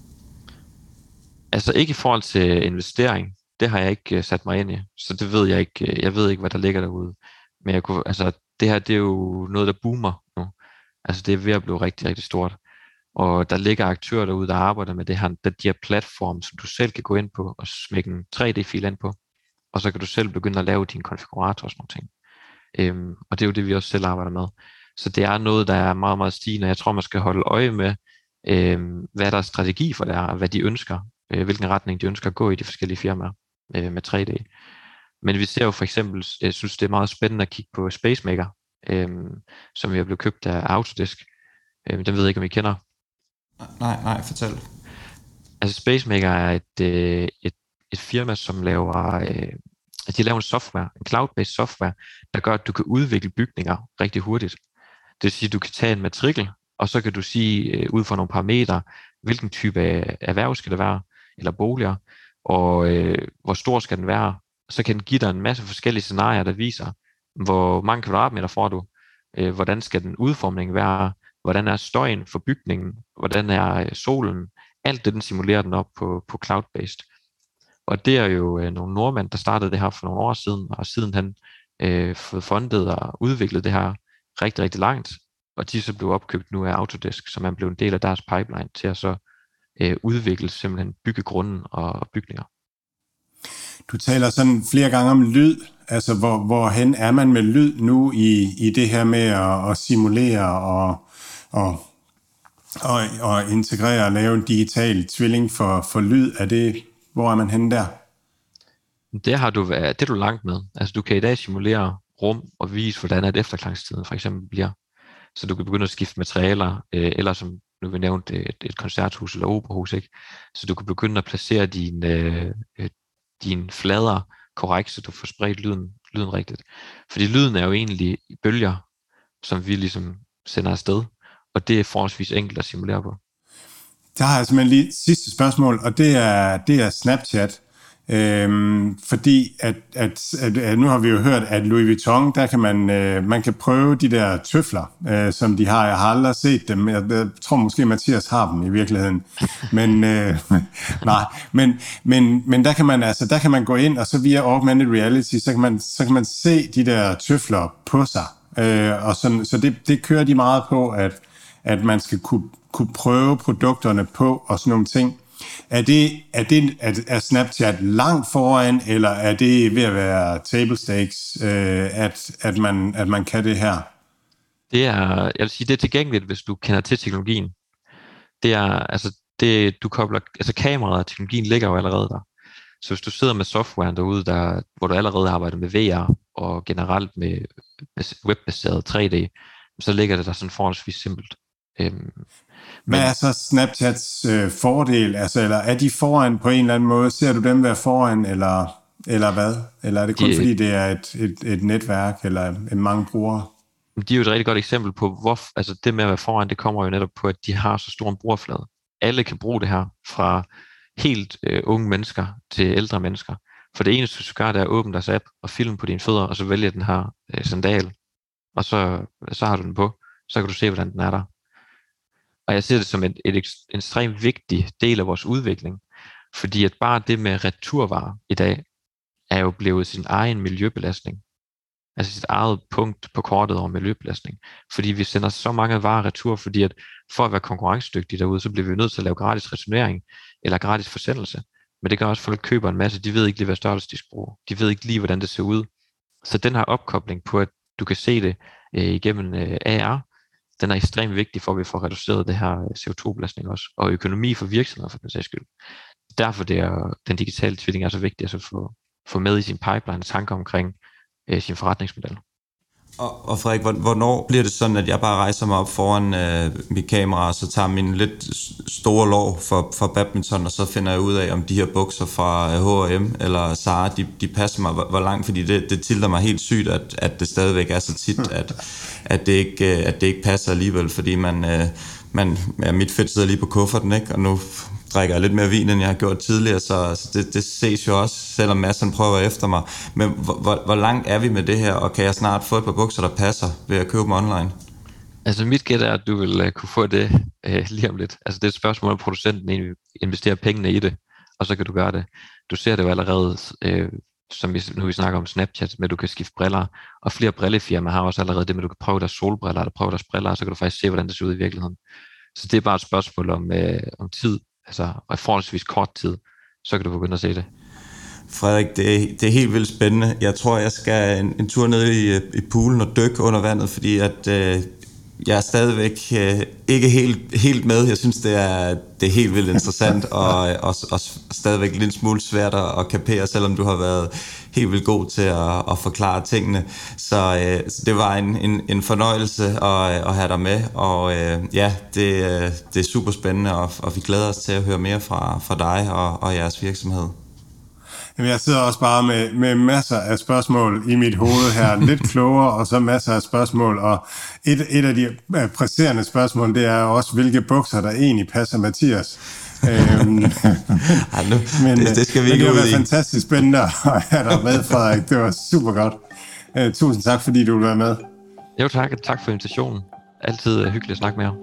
Altså ikke i forhold til investering, det har jeg ikke sat mig ind i, så det ved jeg ikke. Jeg ved ikke, hvad der ligger derude. Men det her, det er jo noget, der boomer nu. Altså det er ved at blive rigtig, rigtig stort. Og der ligger aktører derude, der arbejder med det her, de her platforme, som du selv kan gå ind på og smække en 3D-fil ind på. Og så kan du selv begynde at lave din konfigurator og sådan nogle ting. Og det er jo det, vi også selv arbejder med. Så det er noget, der er meget, meget stigende. Jeg tror, man skal holde øje med, hvad der er strategi for det her, og hvad de ønsker. Hvilken retning de ønsker at gå i de forskellige firmaer med 3D. Men vi ser jo for eksempel, jeg synes, det er meget spændende at kigge på SpaceMaker, som vi er blevet købt af Autodesk. Den ved jeg ikke, om I kender. Nej, fortæl. Altså SpaceMaker er et firma, som laver en software, en cloud-based software, der gør, at du kan udvikle bygninger rigtig hurtigt. Det vil sige, at du kan tage en matrikel, og så kan du sige ud fra nogle parametre, hvilken type af erhverv skal det være, eller boliger, og hvor stor skal den være. Så kan den give dig en masse forskellige scenarier, der viser, hvor mange kvadratmeter får du, hvordan skal den udformning være, hvordan er støjen for bygningen, hvordan er solen, alt det den simulerer den op på cloud-based. Og det er jo nogle nordmænd, der startede det her for nogle år siden, og siden han fået fundet og udviklet det her rigtig, rigtig langt, og de så blev opkøbt nu af Autodesk, som er blevet en del af deres pipeline til at så udvikle simpelthen byggegrunden og bygninger. Du taler sådan flere gange om lyd, altså hvorhen er man med lyd nu i det her med at simulere og integrere og lave en digital tvilling for lyd? Hvor er man henne der? Det er du langt med. Altså du kan i dag simulere rum og vise, hvordan at efterklangstiden for eksempel bliver. Så du kan begynde at skifte materialer, eller som nu vi nævnte et koncerthus eller operahus, ikke? Så du kan begynde at placere dine flader korrekt, så du får spredt lyden rigtigt. Fordi lyden er jo egentlig bølger, som vi ligesom sender afsted, og det er forholdsvis enkelt at simulere på. Der har jeg simpelthen lige et sidste spørgsmål, og det er Snapchat. Fordi at nu har vi jo hørt, at Louis Vuitton, der kan man kan prøve de der tøfler, som de har. Jeg har aldrig set dem. Jeg tror måske, Mathias har dem i virkeligheden. Men men der kan man gå ind, og så via augmented reality, så kan man se de der tøfler på sig. Og sådan, så det kører de meget på, at man skal kunne prøve produkterne på og sådan nogle ting. Er Snapchat langt foran, eller er det ved at være table stakes, at man kan det her? Jeg vil sige, det er tilgængeligt, hvis du kender til teknologien. Det er, altså, du kobler, altså kameraet og teknologien ligger jo allerede der. Så hvis du sidder med softwaren derude, hvor du allerede arbejder med VR, og generelt med webbaseret 3D, så ligger det der sådan forholdsvis simpelt. Hvad er så Snapchats fordel? Altså, eller er de foran på en eller anden måde? Ser du dem være foran, eller hvad? Eller er det kun fordi, det er et netværk, eller mange brugere? De er jo et rigtig godt eksempel på, altså det med at være foran, det kommer jo netop på, at de har så stor en brugerflade. Alle kan bruge det her, fra helt unge mennesker til ældre mennesker. For det eneste, du skal gøre, det er at åbne deres app og filme på dine fødder, og så vælge den her sandal, og så har du den på. Så kan du se, hvordan den er der. Og jeg ser det som en ekstremt vigtig del af vores udvikling, fordi at bare det med returvarer i dag, er jo blevet sin egen miljøbelastning. Altså sit eget punkt på kortet over miljøbelastning. Fordi vi sender så mange varer retur, fordi at for at være konkurrencedygtige derude, så bliver vi nødt til at lave gratis returnering, eller gratis forsendelse. Men det gør også, at folk køber en masse, de ved ikke lige, hvad størrelse de skal bruge. De ved ikke lige, hvordan det ser ud. Så den her opkobling på, at du kan se det igennem AR, den er ekstremt vigtig for, at vi får reduceret det her CO2-belastning også, og økonomi for virksomheder for den sags skyld. Derfor den digitale tvilling er så vigtig at få med i sin pipeline tanker omkring sin forretningsmodel. Og Frederik, hvornår bliver det sådan, at jeg bare rejser mig op foran mit kamera, og så tager min lidt store lår for badminton, og så finder jeg ud af, om de her bukser fra H&M eller Zara, de passer mig hvor langt, fordi det tilter mig helt sygt, at det stadigvæk er så tit, at det ikke passer alligevel, fordi mit fedt sidder lige på kufferten, ikke? Og nu drikker jeg lidt mere vin, end jeg har gjort tidligere, så det ses jo også, selvom massen prøver efter mig. Men hvor langt er vi med det her, og kan jeg snart få et par bukser, der passer ved at købe dem online? Altså mit gæt er, at du vil kunne få det lige om lidt. Altså det er et spørgsmål, om producenten egentlig investerer pengene i det, og så kan du gøre det. Du ser det jo allerede, som vi snakker om Snapchat, med at du kan skifte briller, og flere brillefirmaer har også allerede det med, at du kan prøve deres solbriller, eller prøve deres briller, og så kan du faktisk se, hvordan det ser ud i virkeligheden. Så det er bare et spørgsmål om tid, altså og forholdsvis kort tid, så kan du begynde at se det. Frederik, det er helt vildt spændende. Jeg tror, jeg skal en tur ned i poolen og dykke under vandet, fordi at jeg er stadigvæk ikke helt med. Jeg synes, det er helt vildt interessant og stadigvæk lidt smule svært at kapere, selvom du har været helt vildt god til at forklare tingene. Så det var en fornøjelse at have dig med, og det er super spændende, og vi glæder os til at høre mere fra dig og jeres virksomhed. Jeg sidder også bare med masser af spørgsmål i mit hoved her, lidt klogere, og så masser af spørgsmål, og et af de presserende spørgsmål, det er også, hvilke bukser, der egentlig passer Mathias. Det skal vi ikke ud i. Det har været fantastisk spændende at have dig med, Frederik. Det var super godt. Tusind tak, fordi du ville være med. Jo tak, tak for invitationen. Altid hyggeligt at snakke med jer.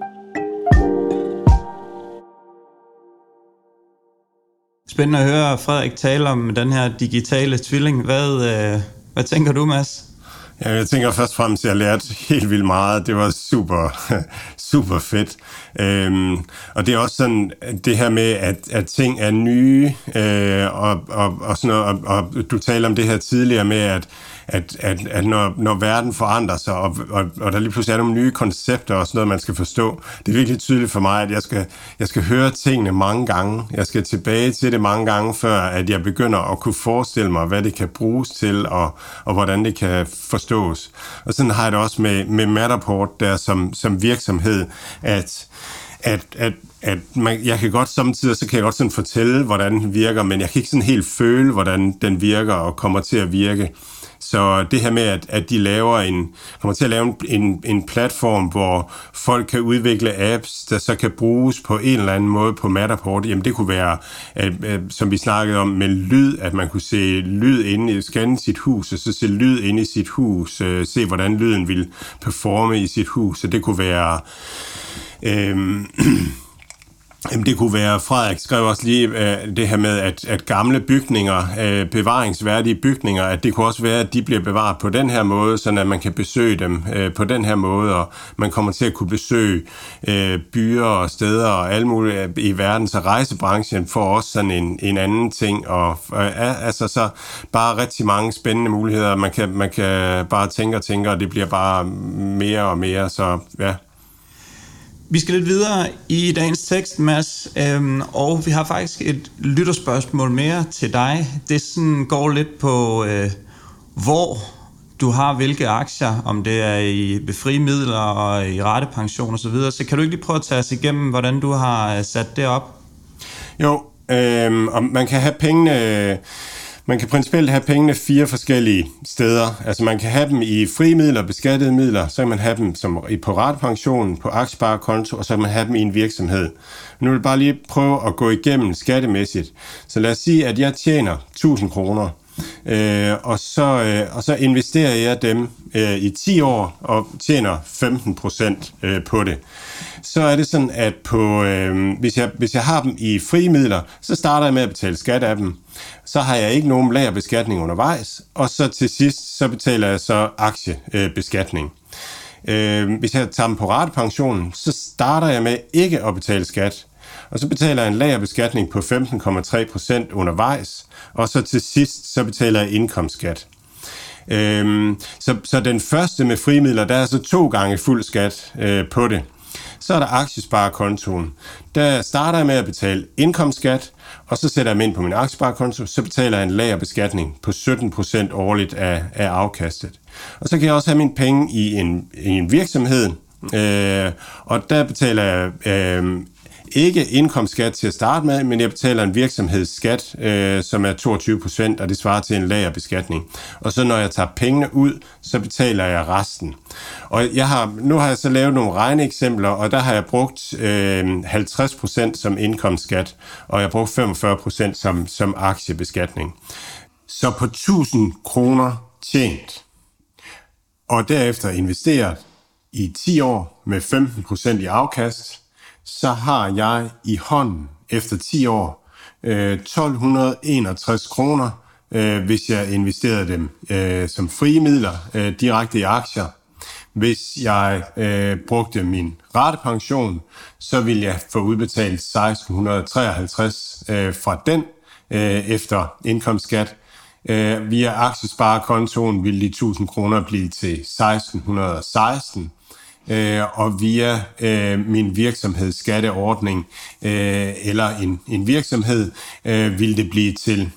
Spændende at høre Frederik tale om den her digitale tvilling. Hvad tænker du, Mads? Ja, jeg tænker først og fremmest, at jeg lærte helt vildt meget. Det var super fedt. Og det er også sådan, det her med, at ting er nye, og sådan noget, og du talte om det her tidligere med, at når verden forandrer sig, og der lige pludselig er nogle nye koncepter og sådan noget, man skal forstå. Det er virkelig tydeligt for mig, at jeg skal høre tingene mange gange. Jeg skal tilbage til det mange gange, før at jeg begynder at kunne forestille mig, hvad det kan bruges til, og hvordan det kan forstås. Og sådan har jeg det også med Matterport der som virksomhed, at jeg kan godt samtidig, så kan jeg godt sådan fortælle, hvordan den virker, men jeg kan ikke sådan helt føle, hvordan den virker og kommer til at virke. Så det her med, at de kommer til at lave en platform, hvor folk kan udvikle apps, der så kan bruges på en eller anden måde på Matterport, jamen det kunne være, som vi snakkede om, med lyd, at man kunne se lyd inde, scanne sit hus, og så se lyd inde i sit hus, se hvordan lyden ville performe i sit hus, så det kunne være... Det kunne være, Frederik skrev også lige det her med, at gamle bygninger, bevaringsværdige bygninger, at det kunne også være, at de bliver bevaret på den her måde, så at man kan besøge dem på den her måde, og man kommer til at kunne besøge byer og steder og alt muligt i verden, så rejsebranchen får også sådan en anden ting, og altså så bare rigtig mange spændende muligheder, man kan bare tænke, og det bliver bare mere og mere, så ja. Vi skal lidt videre i dagens tekst, Mads, og vi har faktisk et lytterspørgsmål mere til dig. Det sådan går lidt på, hvor du har hvilke aktier, om det er i frie midler og i ratepension osv. Så kan du ikke lige prøve at tage os igennem, hvordan du har sat det op? Jo, og man kan have pengene... Man kan principielt have pengene 4 forskellige steder. Altså man kan have dem i frie midler, beskattede midler, så kan man have dem på ratepensionen, på aktiesparekonto, og så kan man have dem i en virksomhed. Nu vil jeg bare lige prøve at gå igennem skattemæssigt. Så lad os sige, at jeg tjener 1.000 kroner, og så investerer jeg dem i 10 år og tjener 15% på det. Så er det sådan, at hvis jeg har dem i frie midler, så starter jeg med at betale skat af dem. Så har jeg ikke nogen lagerbeskatning undervejs, og så til sidst, så betaler jeg så aktiebeskatning. Hvis jeg tager dem på ratepensionen, så starter jeg med ikke at betale skat, og så betaler jeg en lagerbeskatning på 15,3% undervejs, og så til sidst, så betaler jeg indkomstskat. Så den første med frimidler, der er så 2 gange fuld skat på det. Så er der aktiesparekontoen. Der starter jeg med at betale indkomstskat, og så sætter jeg dem ind på min aktiesparekonto, så betaler jeg en lagerbeskatning på 17% årligt af afkastet. Og så kan jeg også have mine penge i en virksomhed, og der betaler jeg ikke indkomstskat til at starte med, men jeg betaler en virksomhedsskat, som er 22%, og det svarer til en lagerbeskatning. Og så når jeg tager pengene ud, så betaler jeg resten. Og nu har jeg så lavet nogle regneeksempler, og der har jeg brugt 50% som indkomstskat, og jeg har brugt 45% som aktiebeskatning. Så på 1.000 kroner tjent, og derefter investeret i 10 år med 15% i afkast, så har jeg i hånden efter 10 år 1.261 kroner, hvis jeg investerede dem som frie midler direkte i aktier. Hvis jeg brugte min ratepension, så ville jeg få udbetalt 1.653 fra den efter indkomstskat. Via aktiesparekontoen ville de 1.000 kroner blive til 1.616. Og via min virksomhedsskatteordning eller en virksomhed vil det blive til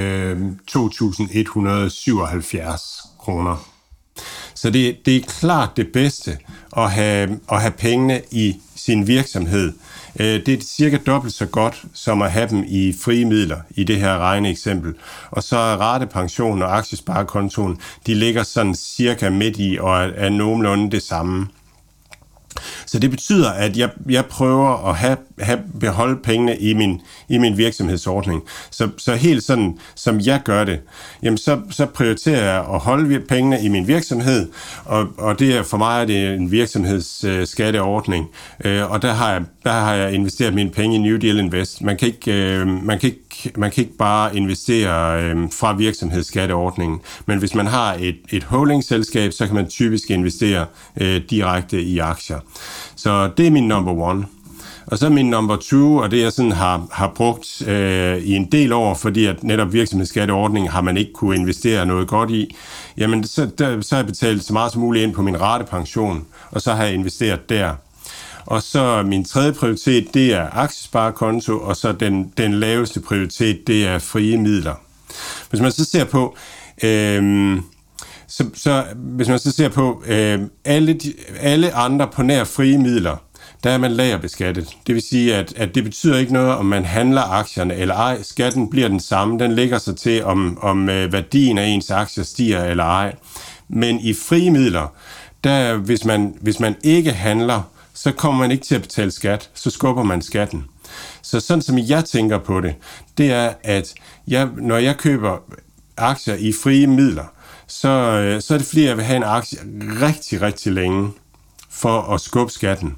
2.177 kroner. Så det er klart det bedste at have pengene i sin virksomhed. Det er cirka dobbelt så godt som at have dem i frie midler i det her regneeksempel. Og så er ratepensionen og aktiesparekontoen, de ligger sådan cirka midt i og er nogenlunde det samme. Så det betyder, at jeg prøver at beholde pengene i min virksomhedsordning. Så helt sådan, som jeg gør det, jamen så prioriterer jeg at holde pengene i min virksomhed, og det er for mig er det en virksomhedsskatteordning, og der har jeg investeret mine penge i New Deal Invest. Man kan ikke bare investere fra virksomhedsskatteordningen, men hvis man har et holdingselskab, så kan man typisk investere direkte i aktier. Så det er min number 1. Og så min number 2, og det jeg sådan har brugt i en del år, fordi at netop virksomhedsskatteordningen har man ikke kunne investere noget godt i, jamen så har jeg betalt så meget som muligt ind på min ratepension, og så har jeg investeret der. Og så min tredje prioritet, det er aktiesparekonto, og så den laveste prioritet, det er frie midler. Hvis man så ser på hvis man så ser på alle andre på nær frie midler, der er man lagerbeskattet. Det vil sige, at det betyder ikke noget, om man handler aktierne eller ej. Skatten bliver den samme. Den lægger sig til, om værdien af ens aktier stiger eller ej. Men i frie midler, der hvis man ikke handler, så kommer man ikke til at betale skat. Så skubber man skatten. Så sådan som jeg tænker på det, det er, at når jeg køber aktier i frie midler, så er det fordi, jeg vil have en aktie rigtig, rigtig længe for at skubbe skatten.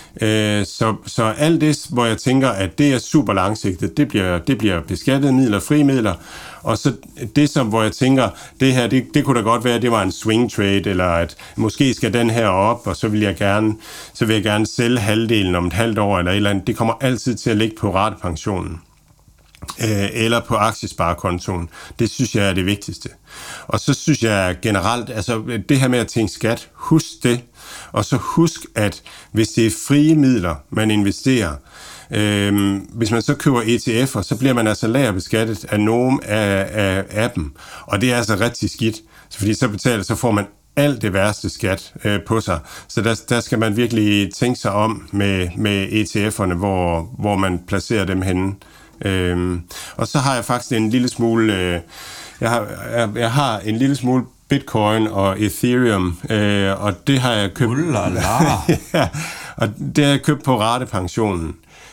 Så alt det, hvor jeg tænker, at det er super langsigtet, det bliver beskattede midler, frie midler, og så det, hvor jeg tænker, det her, det kunne da godt være, at det var en swing trade, eller at måske skal den her op, og så vil jeg gerne sælge halvdelen om et halvt år, eller et eller andet. Det kommer altid til at ligge på ratepensionen. Eller på aktiesparekontoen. Det synes jeg er det vigtigste. Og så synes jeg generelt, altså det her med at tænke skat, husk det. Og så husk, at hvis det er frie midler, man investerer, hvis man så køber ETF'er, så bliver man altså lagerbeskattet af nogle af dem. Og det er altså rigtig skidt, fordi så får man alt det værste skat på sig. Så der skal man virkelig tænke sig om med ETF'erne, hvor man placerer dem henne. Og så har jeg faktisk en lille smule jeg har en lille smule Bitcoin og Ethereum, og det har jeg købt. Ja, og det har jeg købt på ratepensionen.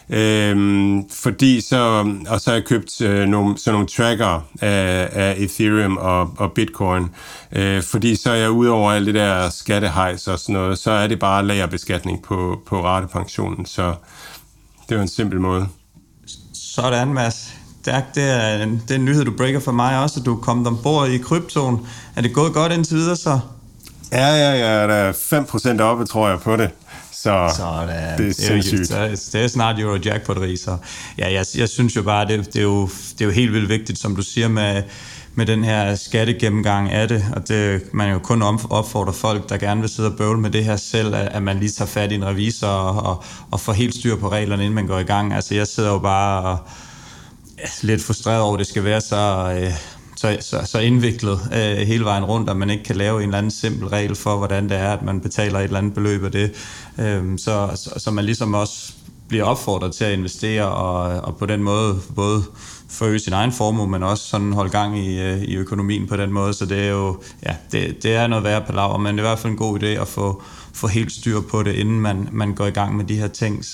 Fordi så har jeg købt sådan nogle tracker af Ethereum og Bitcoin, fordi så er jeg ude over alt det der skattehejs og sådan noget, så er det bare lagerbeskatning på ratepensionen, så det er en simpel måde. Sådan, Mads. Det er en nyhed, du breaker for mig også, at du er kommet ombord i kryptoen. Er det gået godt indtil videre så? Ja, der er 5% oppe, tror jeg, på det. Så det er sindssygt. Det er snart Eurojackpot-rig, så ja, jeg synes jo bare, det er jo helt vildt vigtigt, som du siger, med den her skattegennemgang af det, og man jo kun opfordrer folk, der gerne vil sidde og bøvle med det her selv, at man lige tager fat i en revisor og får helt styr på reglerne, inden man går i gang. Altså jeg sidder jo bare og lidt frustreret over, at det skal være så indviklet hele vejen rundt, at man ikke kan lave en eller anden simpel regel for, hvordan det er, at man betaler et eller andet beløb af det. Så man ligesom også bliver opfordret til at investere og på den måde både forøge sin egen formue, men også sådan holde gang i økonomien på den måde. Så det er jo, ja, det er noget værre palaver, men det er i hvert fald en god idé at få helt styr på det, inden man går i gang med de her ting,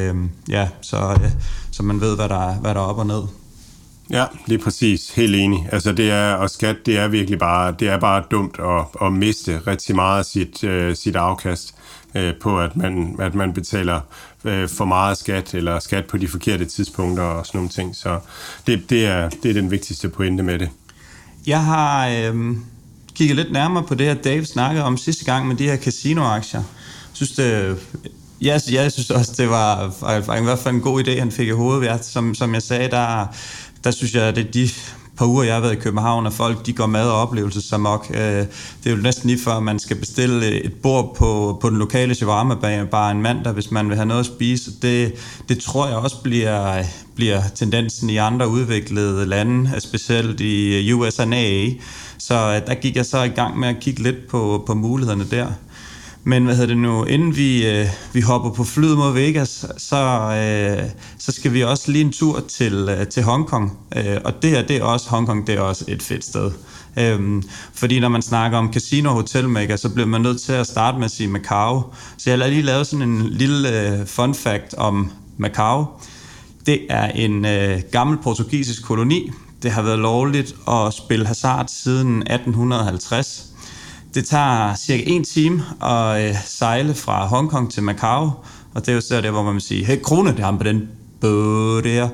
så man ved, hvad der er op og ned. Ja, lige præcis. Helt enig. Altså og skat, det er virkelig bare dumt at miste rigtig meget af sit afkast på, at man betaler for meget skat, eller skat på de forkerte tidspunkter og sådan nogle ting. Så det er den vigtigste pointe med det. Jeg har kigget lidt nærmere på det, at Dave snakkede om sidste gang med de her casinoaktier. Jeg synes også, det var i hvert fald en god idé, han fik i hovedet. Som jeg sagde, der synes jeg, at det de par uger, jeg har været i København, og folk de går mad- og oplevelsesamok. Det er jo næsten lige før, man skal bestille et bord på den lokale shawarma-bar en mandag, hvis man vil have noget at spise. Det tror jeg også bliver tendensen i andre udviklede lande, specielt i USA. Så der gik jeg så i gang med at kigge lidt på mulighederne der. Men inden vi hopper på flyet mod Vegas, så skal vi også lige en tur til Hongkong. Og det er også Hongkong, det er også et fedt sted. Fordi når man snakker om casino og hotelmaker, så bliver man nødt til at starte med at sige Macau. Så jeg har lige lavet sådan en lille fun fact om Macau. Det er en gammel portugisisk koloni. Det har været lovligt at spille hasard siden 1850. Det tager cirka 1 time at sejle fra Hongkong til Macau, og det er jo så der, hvor man vil sige, hey, krone, det har på den båd der.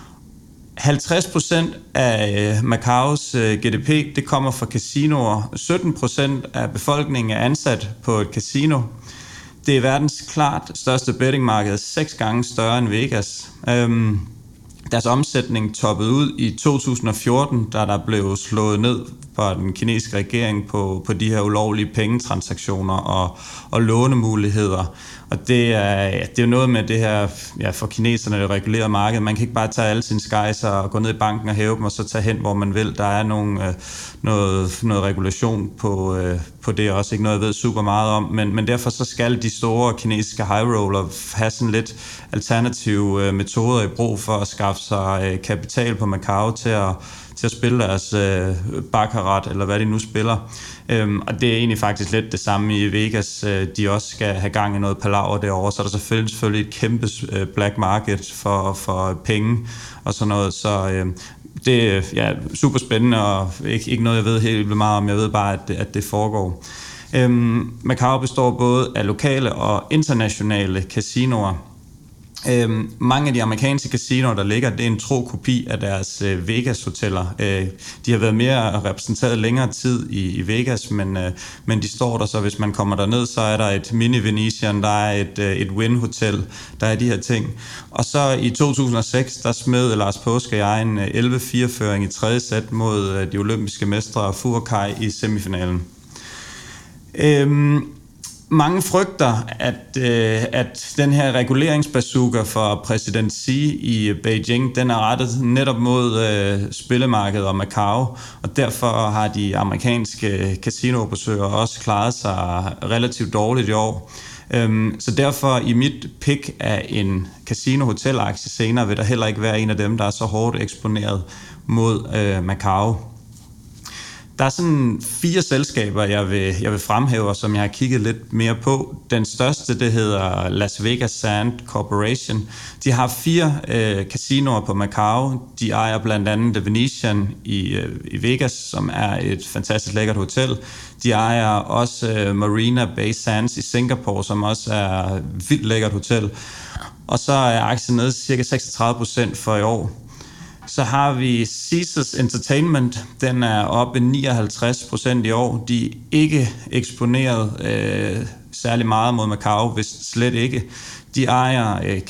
50% af Macaus GDP, det kommer fra casinoer. 17% af befolkningen er ansat på et casino. Det er verdens klart største bettingmarked, 6 gange større end Vegas. Deres omsætning toppede ud i 2014, da der blev slået ned fra den kinesiske regering på de her ulovlige pengetransaktioner og lånemuligheder. Og det er jo noget med det her, ja, for kineserne, det regulerede marked. Man kan ikke bare tage alle sine skejser og gå ned i banken og hæve dem, og så tage hen, hvor man vil. Der er noget regulation på det, også ikke noget, jeg ved super meget om. Men derfor så skal de store kinesiske high roller have sådan lidt alternative metoder i brug for at skaffe sig kapital på Macau til at spille deres baccarat, eller hvad de nu spiller. Og det er egentlig faktisk lidt det samme i Vegas. De også skal have gang i noget palaver derovre, så er der selvfølgelig et kæmpe black market for penge og sådan noget. Så det er super spændende, og ikke noget, jeg ved helt vildt meget om. Jeg ved bare, at det foregår. Macau består både af lokale og internationale casinoer. Mange af de amerikanske casinoer, der ligger, det er en tro kopi af deres Vegas-hoteller. De har været mere repræsenteret længere tid i Vegas, men de står der, så hvis man kommer derned, så er der et mini-Venetian, der er et Wynn-hotel, der er de her ting. Og så i 2006, der smed Lars Påske og jeg en 11-4-føring i 3. sæt mod de olympiske mestre Furkai i semifinalen. Mange frygter, at den her reguleringsbazooka for præsident Xi i Beijing, den er rettet netop mod spillemarkedet og Macau, og derfor har de amerikanske casino-operatører også klaret sig relativt dårligt i år. Så derfor i mit pick af en casino-hotelaktie senere vil der heller ikke være en af dem, der er så hårdt eksponeret mod Macau. Der er sådan 4 selskaber, jeg vil fremhæve, som jeg har kigget lidt mere på. Den største, det hedder Las Vegas Sands Corporation. De har 4 casinoer på Macau. De ejer blandt andet The Venetian i Vegas, som er et fantastisk lækkert hotel. De ejer også Marina Bay Sands i Singapore, som også er et vildt lækkert hotel. Og så er aktien nede cirka 36% for i år. Så har vi Caesars Entertainment, den er oppe 59% i år. De er ikke eksponeret særlig meget mod Macau, hvis slet ikke. De ejer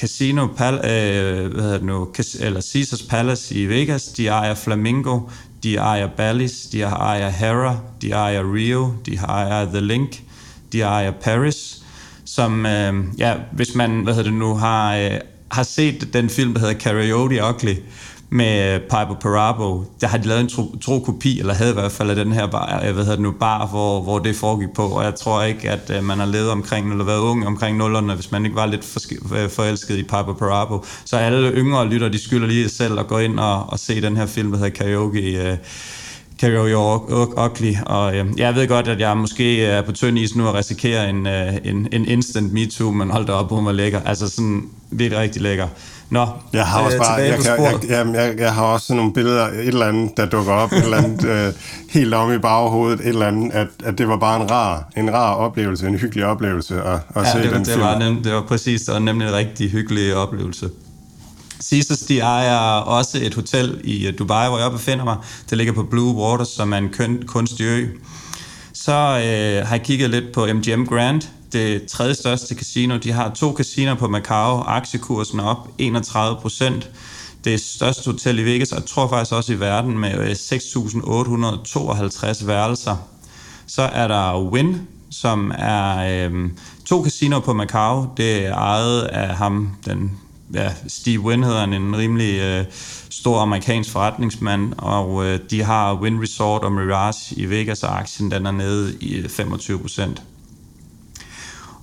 Caesars Palace i Vegas, de ejer Flamingo, de ejer Bally's, de ejer Hara, de ejer Rio, de ejer The Link, de ejer Paris, som, hvis man har set den film, der hedder Karaoke Ugly, med Piper Perabo, der har de lavet en tro kopi, eller havde i hvert fald af den her bar, hvor det foregik på, og jeg tror ikke, at man har levet omkring, eller været ung omkring nullerne, hvis man ikke var lidt forelsket i Piper Perabo. Så alle yngre lytter, de skylder lige selv at gå ind og se den her film, der hedder Karaoke Ugly, og jeg ved godt, at jeg måske er på tynd is nu og risikerer en instant MeToo, men hold da op, hun var lækker. Altså sådan, det er rigtig lækker. Nå, jeg har også jeg har også nogle billeder, et eller andet, der dukker op, et eller andet helt om i baghovedet, et eller andet, at det var bare en rar oplevelse, en hyggelig oplevelse at se den film. Det var præcis, det var nemlig en rigtig hyggelig oplevelse. Caesars, de ejer også et hotel i Dubai, hvor jeg befinder mig. Det ligger på Blue Waters, som er en kunstig ø. Så har jeg kigget lidt på MGM Grand, det 3. største casino. De har 2 casinoer på Macau. Aktiekursen er op 31%. Det er største hotel i Vegas, og jeg tror faktisk også i verden, med 6.852 værelser. Så er der Wynn, som er 2 casinoer på Macau. Det er ejet af ham, Steve Wynn hedder han, en rimelig stor amerikansk forretningsmand, og de har Wynn Resort og Mirage i Vegas, og aktien den er nede i 25%.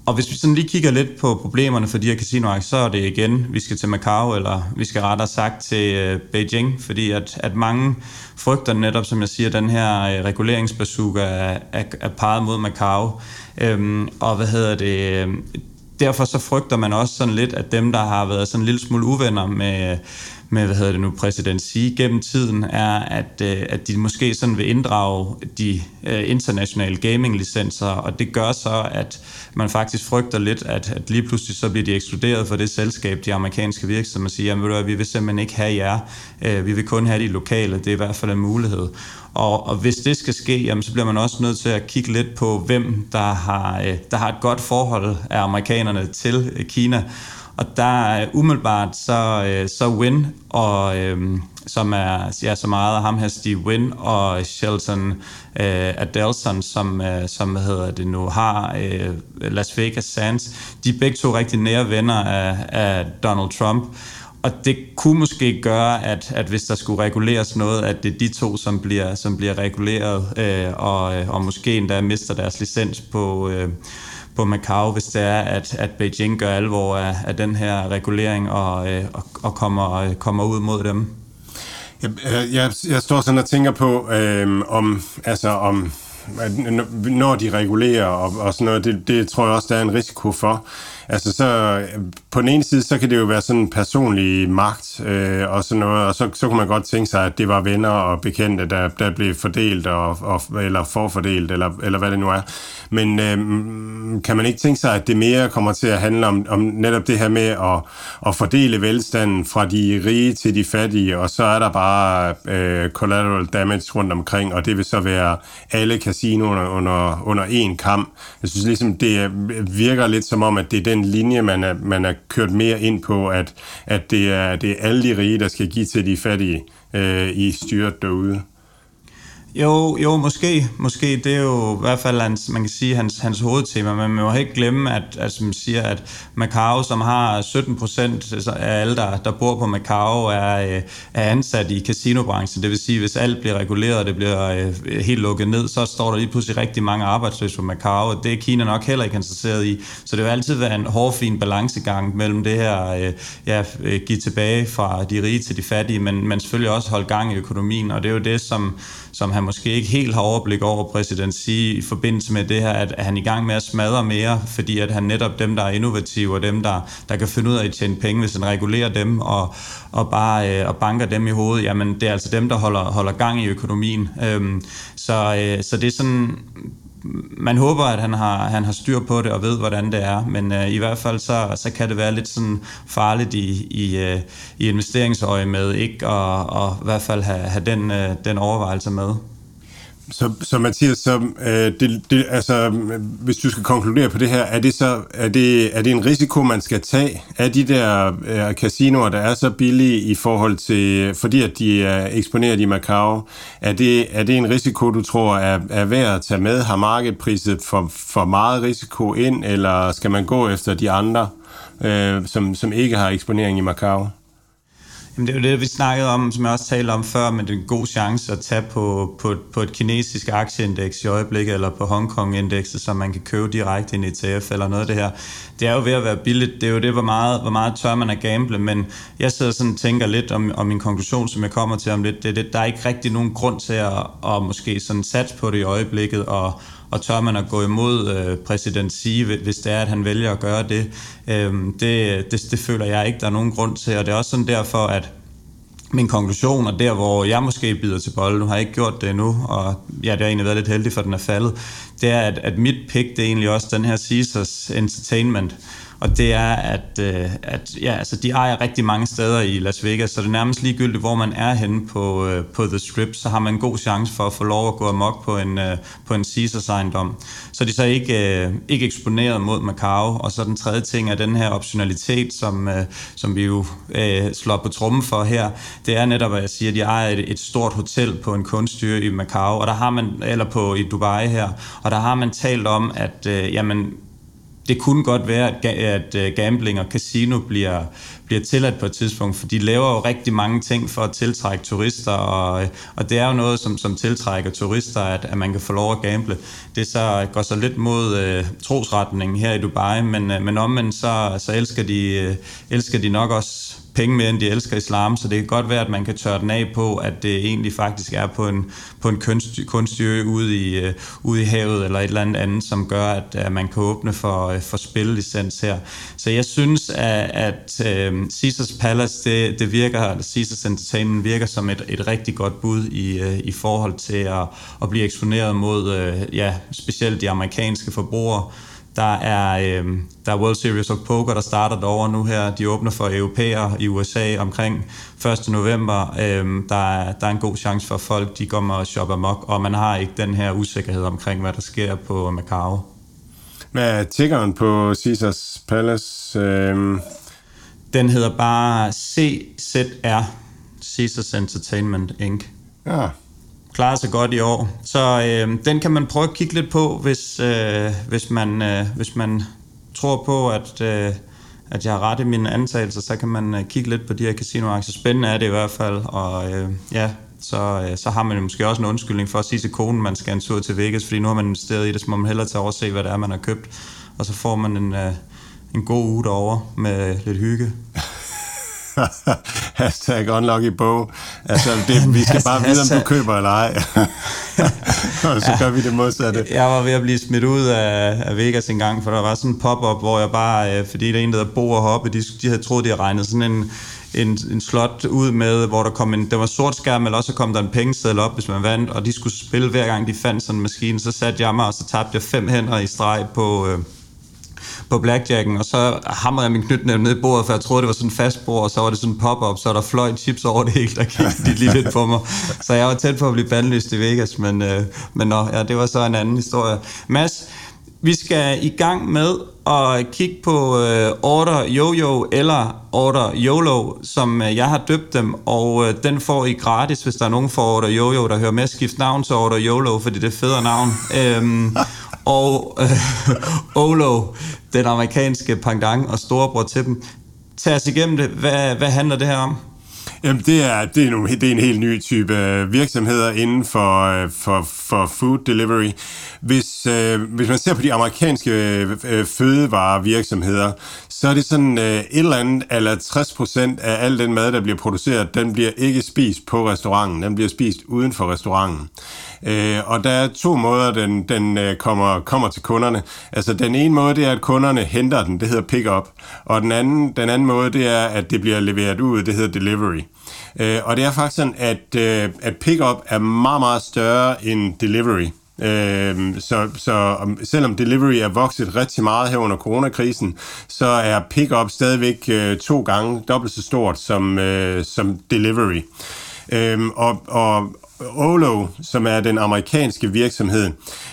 Og hvis vi sådan lige kigger lidt på problemerne for de her casinoer, så er det igen, vi skal til Macau, eller vi skal rettere sagt til Beijing, fordi at mange frygter netop, som jeg siger, den her reguleringsbazooka er peget mod Macau. Og derfor så frygter man også sådan lidt, at dem, der har været sådan en lille smule uvenner med præsident Xi gennem tiden, er, at de måske sådan vil inddrage de internationale gaming-licenser, og det gør så, at man faktisk frygter lidt, at lige pludselig så bliver de ekskluderet fra det selskab, de amerikanske virksomheder siger, jamen ved du hvad, vi vil simpelthen ikke have jer, vi vil kun have de lokale, det er i hvert fald en mulighed. Og hvis det skal ske, jamen, så bliver man også nødt til at kigge lidt på, hvem der har et godt forhold af amerikanerne til Kina. Og der umiddelbart så Wynn, og som ejet af ham her, Steve Wynn, og Shelton Adelson, som har Las Vegas Sands, de er begge to rigtig nære venner af Donald Trump. Og det kunne måske gøre, at hvis der skulle reguleres noget, at det er de to, som bliver reguleret, og måske endda mister deres licens på Macau, hvis det er, at Beijing gør alvor af den her regulering og kommer ud mod dem. Jeg står sådan og tænker på, om når de regulerer og sådan noget, det tror jeg også, der er en risiko for. Altså så på den ene side, så kan det jo være sådan en personlig magt og sådan noget, og så kunne man godt tænke sig, at det var venner og bekendte, der blev fordelt eller forfordelt, eller hvad det nu er. Men kan man ikke tænke sig, at det mere kommer til at handle om netop det her med at fordele velstanden fra de rige til de fattige, og så er der bare collateral damage rundt omkring, og det vil så være alle casinoerne under én kam. Jeg synes ligesom, det virker lidt som om, at det er den linje, man er kørt mere ind på, at det er alle de rige, der skal give til de fattige i styret derude. Jo, måske. Det er jo i hvert fald, man kan sige, hans hovedtema, men man må ikke glemme, at som siger, at Macau, som har 17% af alle, der bor på Macau, er ansat i casinobranchen. Det vil sige, hvis alt bliver reguleret, og det bliver helt lukket ned, så står der lige pludselig rigtig mange arbejdsløse på Macau, og det er Kina nok heller ikke interesseret i. Så det vil altid være en hårfin balancegang mellem det her, give tilbage fra de rige til de fattige, men selvfølgelig også holde gang i økonomien, og det er jo det, som han måske ikke helt har overblik over, præsident Xi, i forbindelse med det her, at han er i gang med at smadre mere, fordi at han netop dem, der er innovative, og dem, der kan finde ud af at tjene penge, hvis han regulerer dem og bare banker dem i hovedet, jamen det er altså dem, der holder gang i økonomien. Så det er sådan, man håber, at han har styr på det og ved, hvordan det er, men i hvert fald så kan det være lidt sådan farligt i investeringsøje med ikke at i hvert fald have den overvejelse med. Så Mathias, altså, hvis du skal konkludere på det her, er det en risiko, man skal tage af de der casinoer, der er så billige i forhold til, fordi at de er eksponeret i Macau? Er det en risiko, du tror er værd at tage med? Har markedpriset for meget risiko ind, eller skal man gå efter de andre, som ikke har eksponering i Macau? Jamen, det er jo det, vi snakkede om, som jeg også talte om før, men det er en god chance at tage på et kinesisk aktieindeks i øjeblikket, eller på Hongkong-indekset, som man kan købe direkte i en ETF eller noget af det her. Det er jo ved at være billigt. Det er jo det, hvor meget tør man at gamble, men jeg sidder sådan og tænker lidt om min konklusion, som jeg kommer til om lidt. Der er ikke rigtig nogen grund til at måske sådan satse på det i øjeblikket, og tør man at gå imod præsident Xi, hvis det er, at han vælger at gøre det. Det føler jeg ikke, der er nogen grund til, og det er også sådan derfor, at min konklusion, og der hvor jeg måske bider til bolle, nu har jeg ikke gjort det endnu, og ja, det har egentlig været lidt heldigt, for den er faldet, det er, at mit pick, det er egentlig også den her Caesars Entertainment, og det er, at de ejer rigtig mange steder i Las Vegas, så det er nærmest ligegyldigt, hvor man er henne på The Strip, så har man en god chance for at få lov at gå amok på en Caesars ejendom. Så er de så ikke eksponeret mod Macau, og så den tredje ting er den her optionalitet, som vi jo slår på trommen for her, det er netop, at jeg siger, at de ejer et stort hotel på en kunststyre i Macau, og der har man, eller i Dubai her, og der har man talt om, at det kunne godt være, at gambling og casino bliver tilladt på et tidspunkt, for de laver jo rigtig mange ting for at tiltrække turister, og det er jo noget, som tiltrækker turister, at man kan få lov at gamble. Det så går så lidt mod trosretningen her i Dubai, men omvendt så elsker de nok også penge mere, end de elsker islam, så det kan godt være, at man kan tørre den af på, at det egentlig faktisk er på en kunstig ø ude i havet, eller et eller andet, som gør, at man kan åbne for spillelicens her. Så jeg synes, at Caesars Palace, det virker, Caesars Entertainment virker som et rigtig godt bud i forhold til at blive eksponeret mod, specielt de amerikanske forbrugere. Der er World Series of Poker, der starter derovre nu her. De åbner for europæere i USA omkring 1. november. Der er en god chance for, at folk de kommer og shopper amok, og man har ikke den her usikkerhed omkring, hvad der sker på Macau. Hvad er tickeren på Caesars Palace? Den hedder bare CZR, Caesars Entertainment Inc. Ja. Klarer sig godt i år. Så den kan man prøve at kigge lidt på, hvis man tror på, at jeg har ret i mine antagelser, så kan man kigge lidt på de her casinoaktier. Spændende er det i hvert fald, og så har man måske også en undskyldning for at sige til konen, man skal en tur til Vegas, fordi nu har man investeret i det, så må man hellere tage over og se, hvad det er, man har købt, og så får man en god uge derovre med lidt hygge. Hashtag unlucky bow. Altså, vi skal bare vide, om du køber eller ej. Og så gør vi det modsatte. Jeg var ved at blive smidt ud af Vegas en gang, for der var sådan en pop-up, hvor jeg bare, fordi der er en, der bor heroppe, de havde troet, de havde regnet sådan en slot ud med, hvor der var sort skærm, eller også kom der en pengeseddel op, hvis man vandt, og de skulle spille hver gang, de fandt sådan en maskine. Så satte jeg mig, og så tabte jeg 5 hænder i streg på blackjacken, og så hamrede jeg min knytnæve ned i bordet, for jeg troede, det var sådan en fast bord, og så var det sådan en pop-up, så der fløj chips over det hele, der kiggede de lige lidt på mig. Så jeg var tæt på at blive bandlyst i Vegas, men det var så en anden historie. Mads, vi skal i gang med at kigge på Order Yo-Yo eller Order YOLO, som jeg har døbt dem, og den får I gratis, hvis der er nogen for Order Yo-Yo, der hører med, skift navn til Order YOLO, fordi det er federe navn. Og Olo, den amerikanske pendant og storebror til dem. Tag os igennem det. Hvad handler det her om? Jamen, det er en helt ny type virksomheder inden for food delivery. Hvis man ser på de amerikanske fødevarevirksomheder, så er det sådan et eller andet, eller 60% af al den mad, der bliver produceret, den bliver ikke spist på restauranten, den bliver spist uden for restauranten. Og der er 2 måder, den kommer til kunderne. Altså, den ene måde, det er, at kunderne henter den, det hedder pick-up, og den anden måde, det er, at det bliver leveret ud, det hedder delivery. Og det er faktisk sådan, at pick-up er meget, meget større end delivery. Så selvom delivery er vokset rigtig meget her under coronakrisen, så er pick-up stadigvæk 2 gange dobbelt så stort som delivery. Og Olo, som er den amerikanske virksomhed,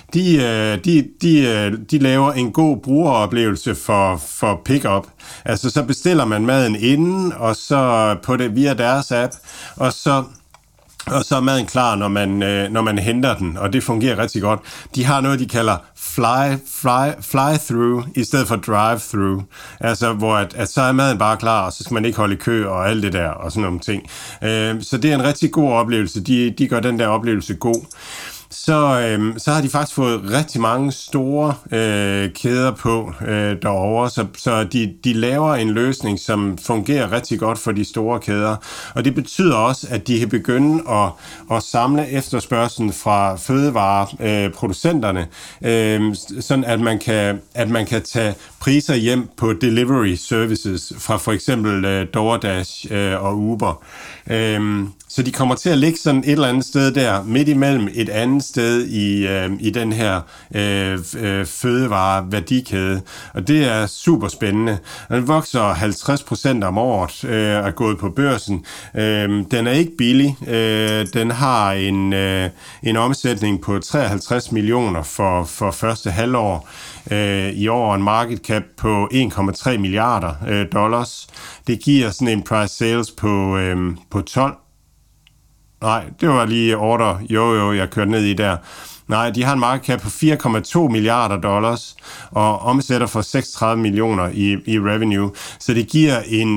de laver en god brugeroplevelse for pick-up. Altså, så bestiller man maden inden, og så på det via deres app, og så er maden klar, når man henter den, og det fungerer rigtig godt. De har noget, de kalder fly-through i stedet for drive-through. Altså, hvor at så er maden bare klar, og så skal man ikke holde i kø og alt det der, og sådan nogle ting. Så det er en rigtig god oplevelse. De gør den der oplevelse god. Så har de faktisk fået rigtig mange store kæder på derovre, så de laver en løsning, som fungerer rigtig godt for de store kæder. Og det betyder også, at de kan begynde at samle efterspørgslen fra fødevareproducenterne, sådan at man kan tage priser hjem på delivery services fra for eksempel DoorDash og Uber. Så de kommer til at ligge sådan et eller andet sted der, midt imellem et andet sted i den her fødevare-værdikæde. Og det er super spændende. Den vokser 50% om året, er gået på børsen. Den er ikke billig. Den har en omsætning på 53 millioner for første halvår. I år en market cap på 1,3 milliarder dollars. Det giver sådan en price sales på 12. Nej, det var lige Order Yo-Yo, jeg kørte ned i der. Nej, de har en market cap på 4,2 milliarder dollars og omsætter for 36 millioner i revenue. Så det giver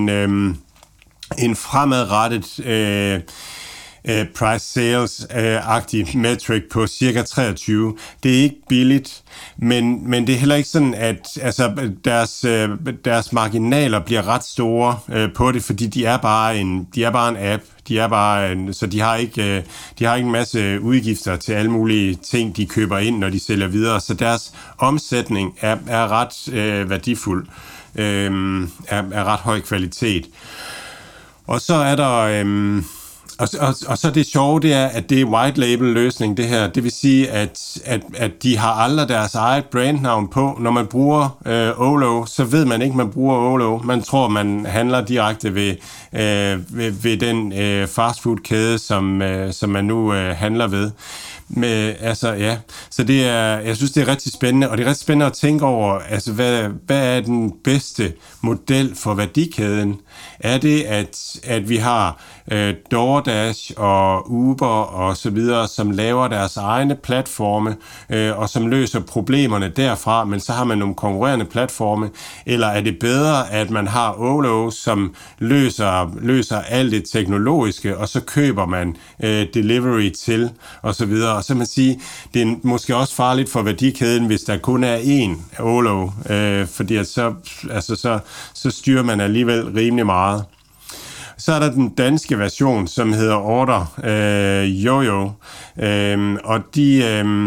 en fremadrettet price sales-agtig metric på cirka 23. Det er ikke billigt, men det er heller ikke sådan, at altså, deres marginaler bliver ret store på det, fordi de er bare en app. Så de har ikke en masse udgifter til alle mulige ting, de køber ind, når de sælger videre. Så deres omsætning er ret værdifuld, er ret høj kvalitet. Og så er der og så det sjove, det er, at det er white label løsning, det her. Det vil sige, at de har aldrig deres eget brandnavn på. Når man bruger Olo, så ved man ikke, man bruger Olo. Man tror, man handler direkte ved den fastfood-kæde, som man nu handler ved. Så det er, jeg synes, det er rigtig spændende, og det er rigtig spændende at tænke over, altså, hvad er den bedste model for værdikæden? Er det, at vi har DoorDash og Uber og så videre, som laver deres egne platforme, og som løser problemerne derfra, men så har man nogle konkurrerende platforme, eller er det bedre, at man har Olo, som løser alt det teknologiske, og så køber man delivery til, og så videre. Og så man sige, det er måske også farligt for værdikæden, hvis der kun er én Olo, fordi at så styrer man alligevel rimelig meget. Så er der den danske version, som hedder Order Yoyo, og de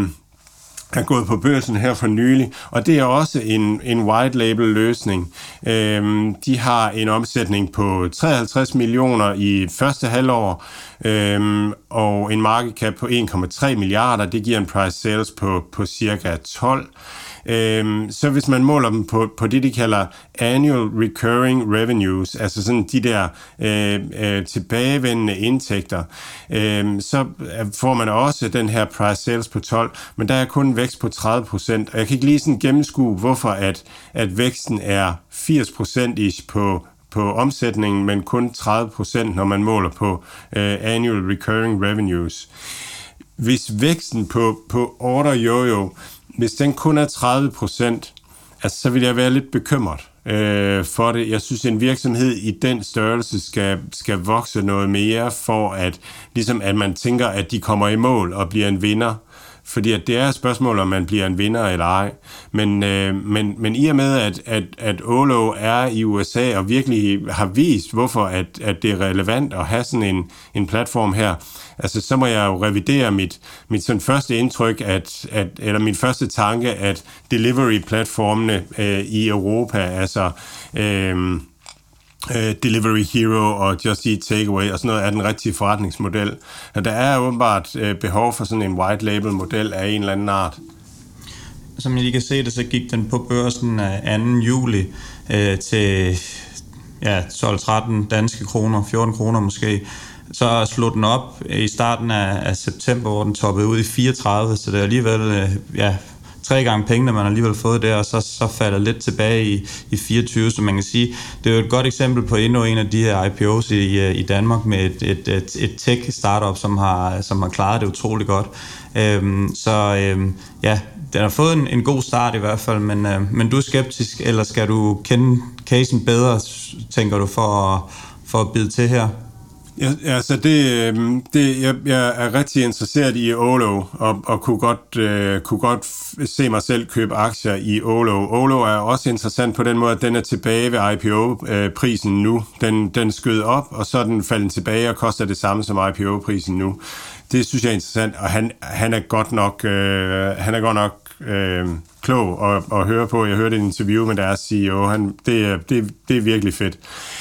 er gået på børsen her for nylig, og det er også en white label løsning. De har en omsætning på 53 millioner i første halvår, og en market cap på 1,3 milliarder. Det giver en price sales på cirka 12. Så hvis man måler dem på det, de kalder annual recurring revenues, altså sådan de der tilbagevendende indtægter, så får man også den her price sales på 12, men der er kun en vækst på 30%, og jeg kan ikke lige sådan gennemskue, hvorfor at væksten er 80% på omsætningen, men kun 30%, når man måler på annual recurring revenues. Hvis væksten på Order Yoyo, hvis den kun er 30%, altså, så vil jeg være lidt bekymret for det. Jeg synes, en virksomhed i den størrelse skal vokse noget mere, for at man tænker, at de kommer i mål og bliver en vinder. Fordi at det er et spørgsmål, om man bliver en vinder eller ej. Men i og med, at Olo er i USA og virkelig har vist, hvorfor at det er relevant at have sådan en platform her, altså så må jeg jo revidere mit sådan første indtryk, eller min første tanke, at delivery-platformene i Europa, altså Delivery Hero og Just Eat Takeaway og sådan noget, er den rigtige forretningsmodel. Og der er åbenbart behov for sådan en white label model af en eller anden art. Som I kan se det, så gik den på børsen 2. juli til 12-13 danske kroner, 14 kroner måske. Så slog den op i starten af september, hvor den toppede ud i 34, så det er alligevel 3 gange pengene, man har alligevel fået der, og så falder lidt tilbage i 24, så man kan sige, det er jo et godt eksempel på endnu en af de her IPO's i Danmark med et tech-startup, som har klaret det utrolig godt. Den har fået en god start i hvert fald, men du er skeptisk, eller skal du kende casen bedre, tænker du, for at bide til her? Ja, altså jeg er rigtig interesseret i Olo, og kunne godt se mig selv købe aktier i Olo. Olo er også interessant på den måde, at den er tilbage ved IPO-prisen nu. Den skød op, og så er den faldet tilbage og koster det samme som IPO-prisen nu. Det synes jeg er interessant, og han er godt nok klog at høre på. Jeg hørte et interview med deres CEO. Det er virkelig fedt.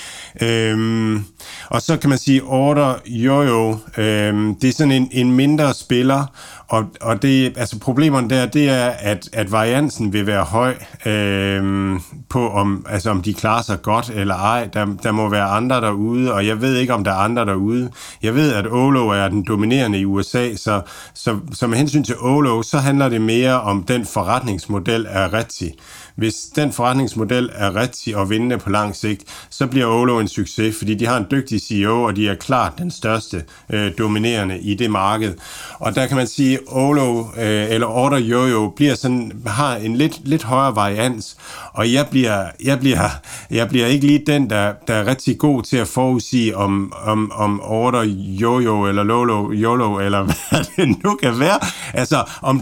Og så kan man sige, Order Yoyo, det er sådan en mindre spiller, og det, altså problemerne der, det er, at variansen vil være høj på, om de klarer sig godt eller ej. Der må være andre derude, og jeg ved ikke, om der er andre derude. Jeg ved, at Olo er den dominerende i USA, så med hensyn til Olo, så handler det mere om, den forretningsmodel er rigtig. Hvis den forretningsmodel er rigtig og vindende på lang sigt, så bliver Olo en succes, fordi de har en dygtig CEO, og de er klart den største dominerende i det marked. Og der kan man sige, Olo eller Order Yoyo har en lidt højere varians, og jeg bliver ikke lige den, der er rigtig god til at forudsige om Order Yoyo eller Lolo YOLO eller hvad det nu kan være. Altså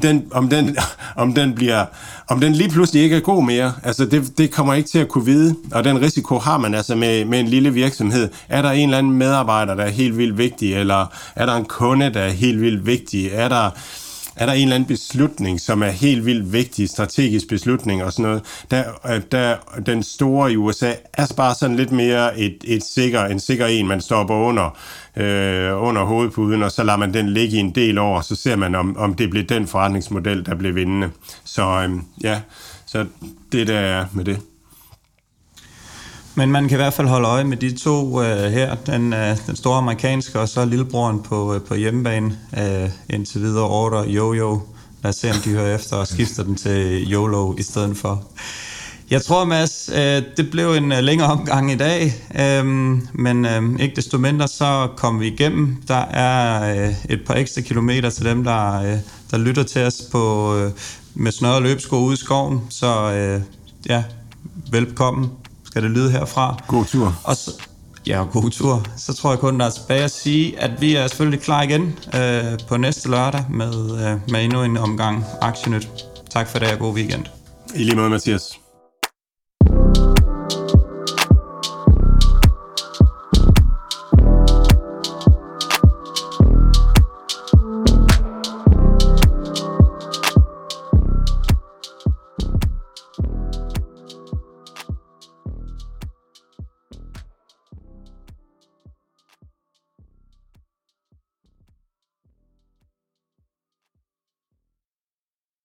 om den lige pludselig ikke er god mere. Altså det kommer ikke til at kunne vide, og den risiko har man altså med en lille virksomhed. Er der en eller anden medarbejder, der er helt vildt vigtig, eller er der en kunde, der er helt vildt vigtig? Er der en eller anden beslutning, som er helt vildt vigtig, strategisk beslutning og sådan noget? Der den store i USA er bare sådan lidt mere en sikker en, man stopper under hovedpuden, og så lader man den ligge i en del år, så ser man, om det bliver den forretningsmodel, der bliver vindende. Så så det der er med det. Men man kan i hvert fald holde øje med de to her, den store amerikanske, og så lillebroren på hjemmebane, indtil videre Order Yoyo. Lad os se, om de hører efter og skifter den til YOLO i stedet for. Jeg tror, Mads, det blev en længere omgang i dag, men ikke desto mindre, så kom vi igennem. Der er et par ekstra kilometer til dem, der lytter til os med snøre løbesko ude i skoven. Så velkommen. Skal det lyde herfra. God tur. Og så, god tur. Så tror jeg kun, der er tilbage at sige, at vi er selvfølgelig klar igen på næste lørdag med endnu en omgang Aktienyt. Tak for det, og god weekend. I lige måde, Mathias.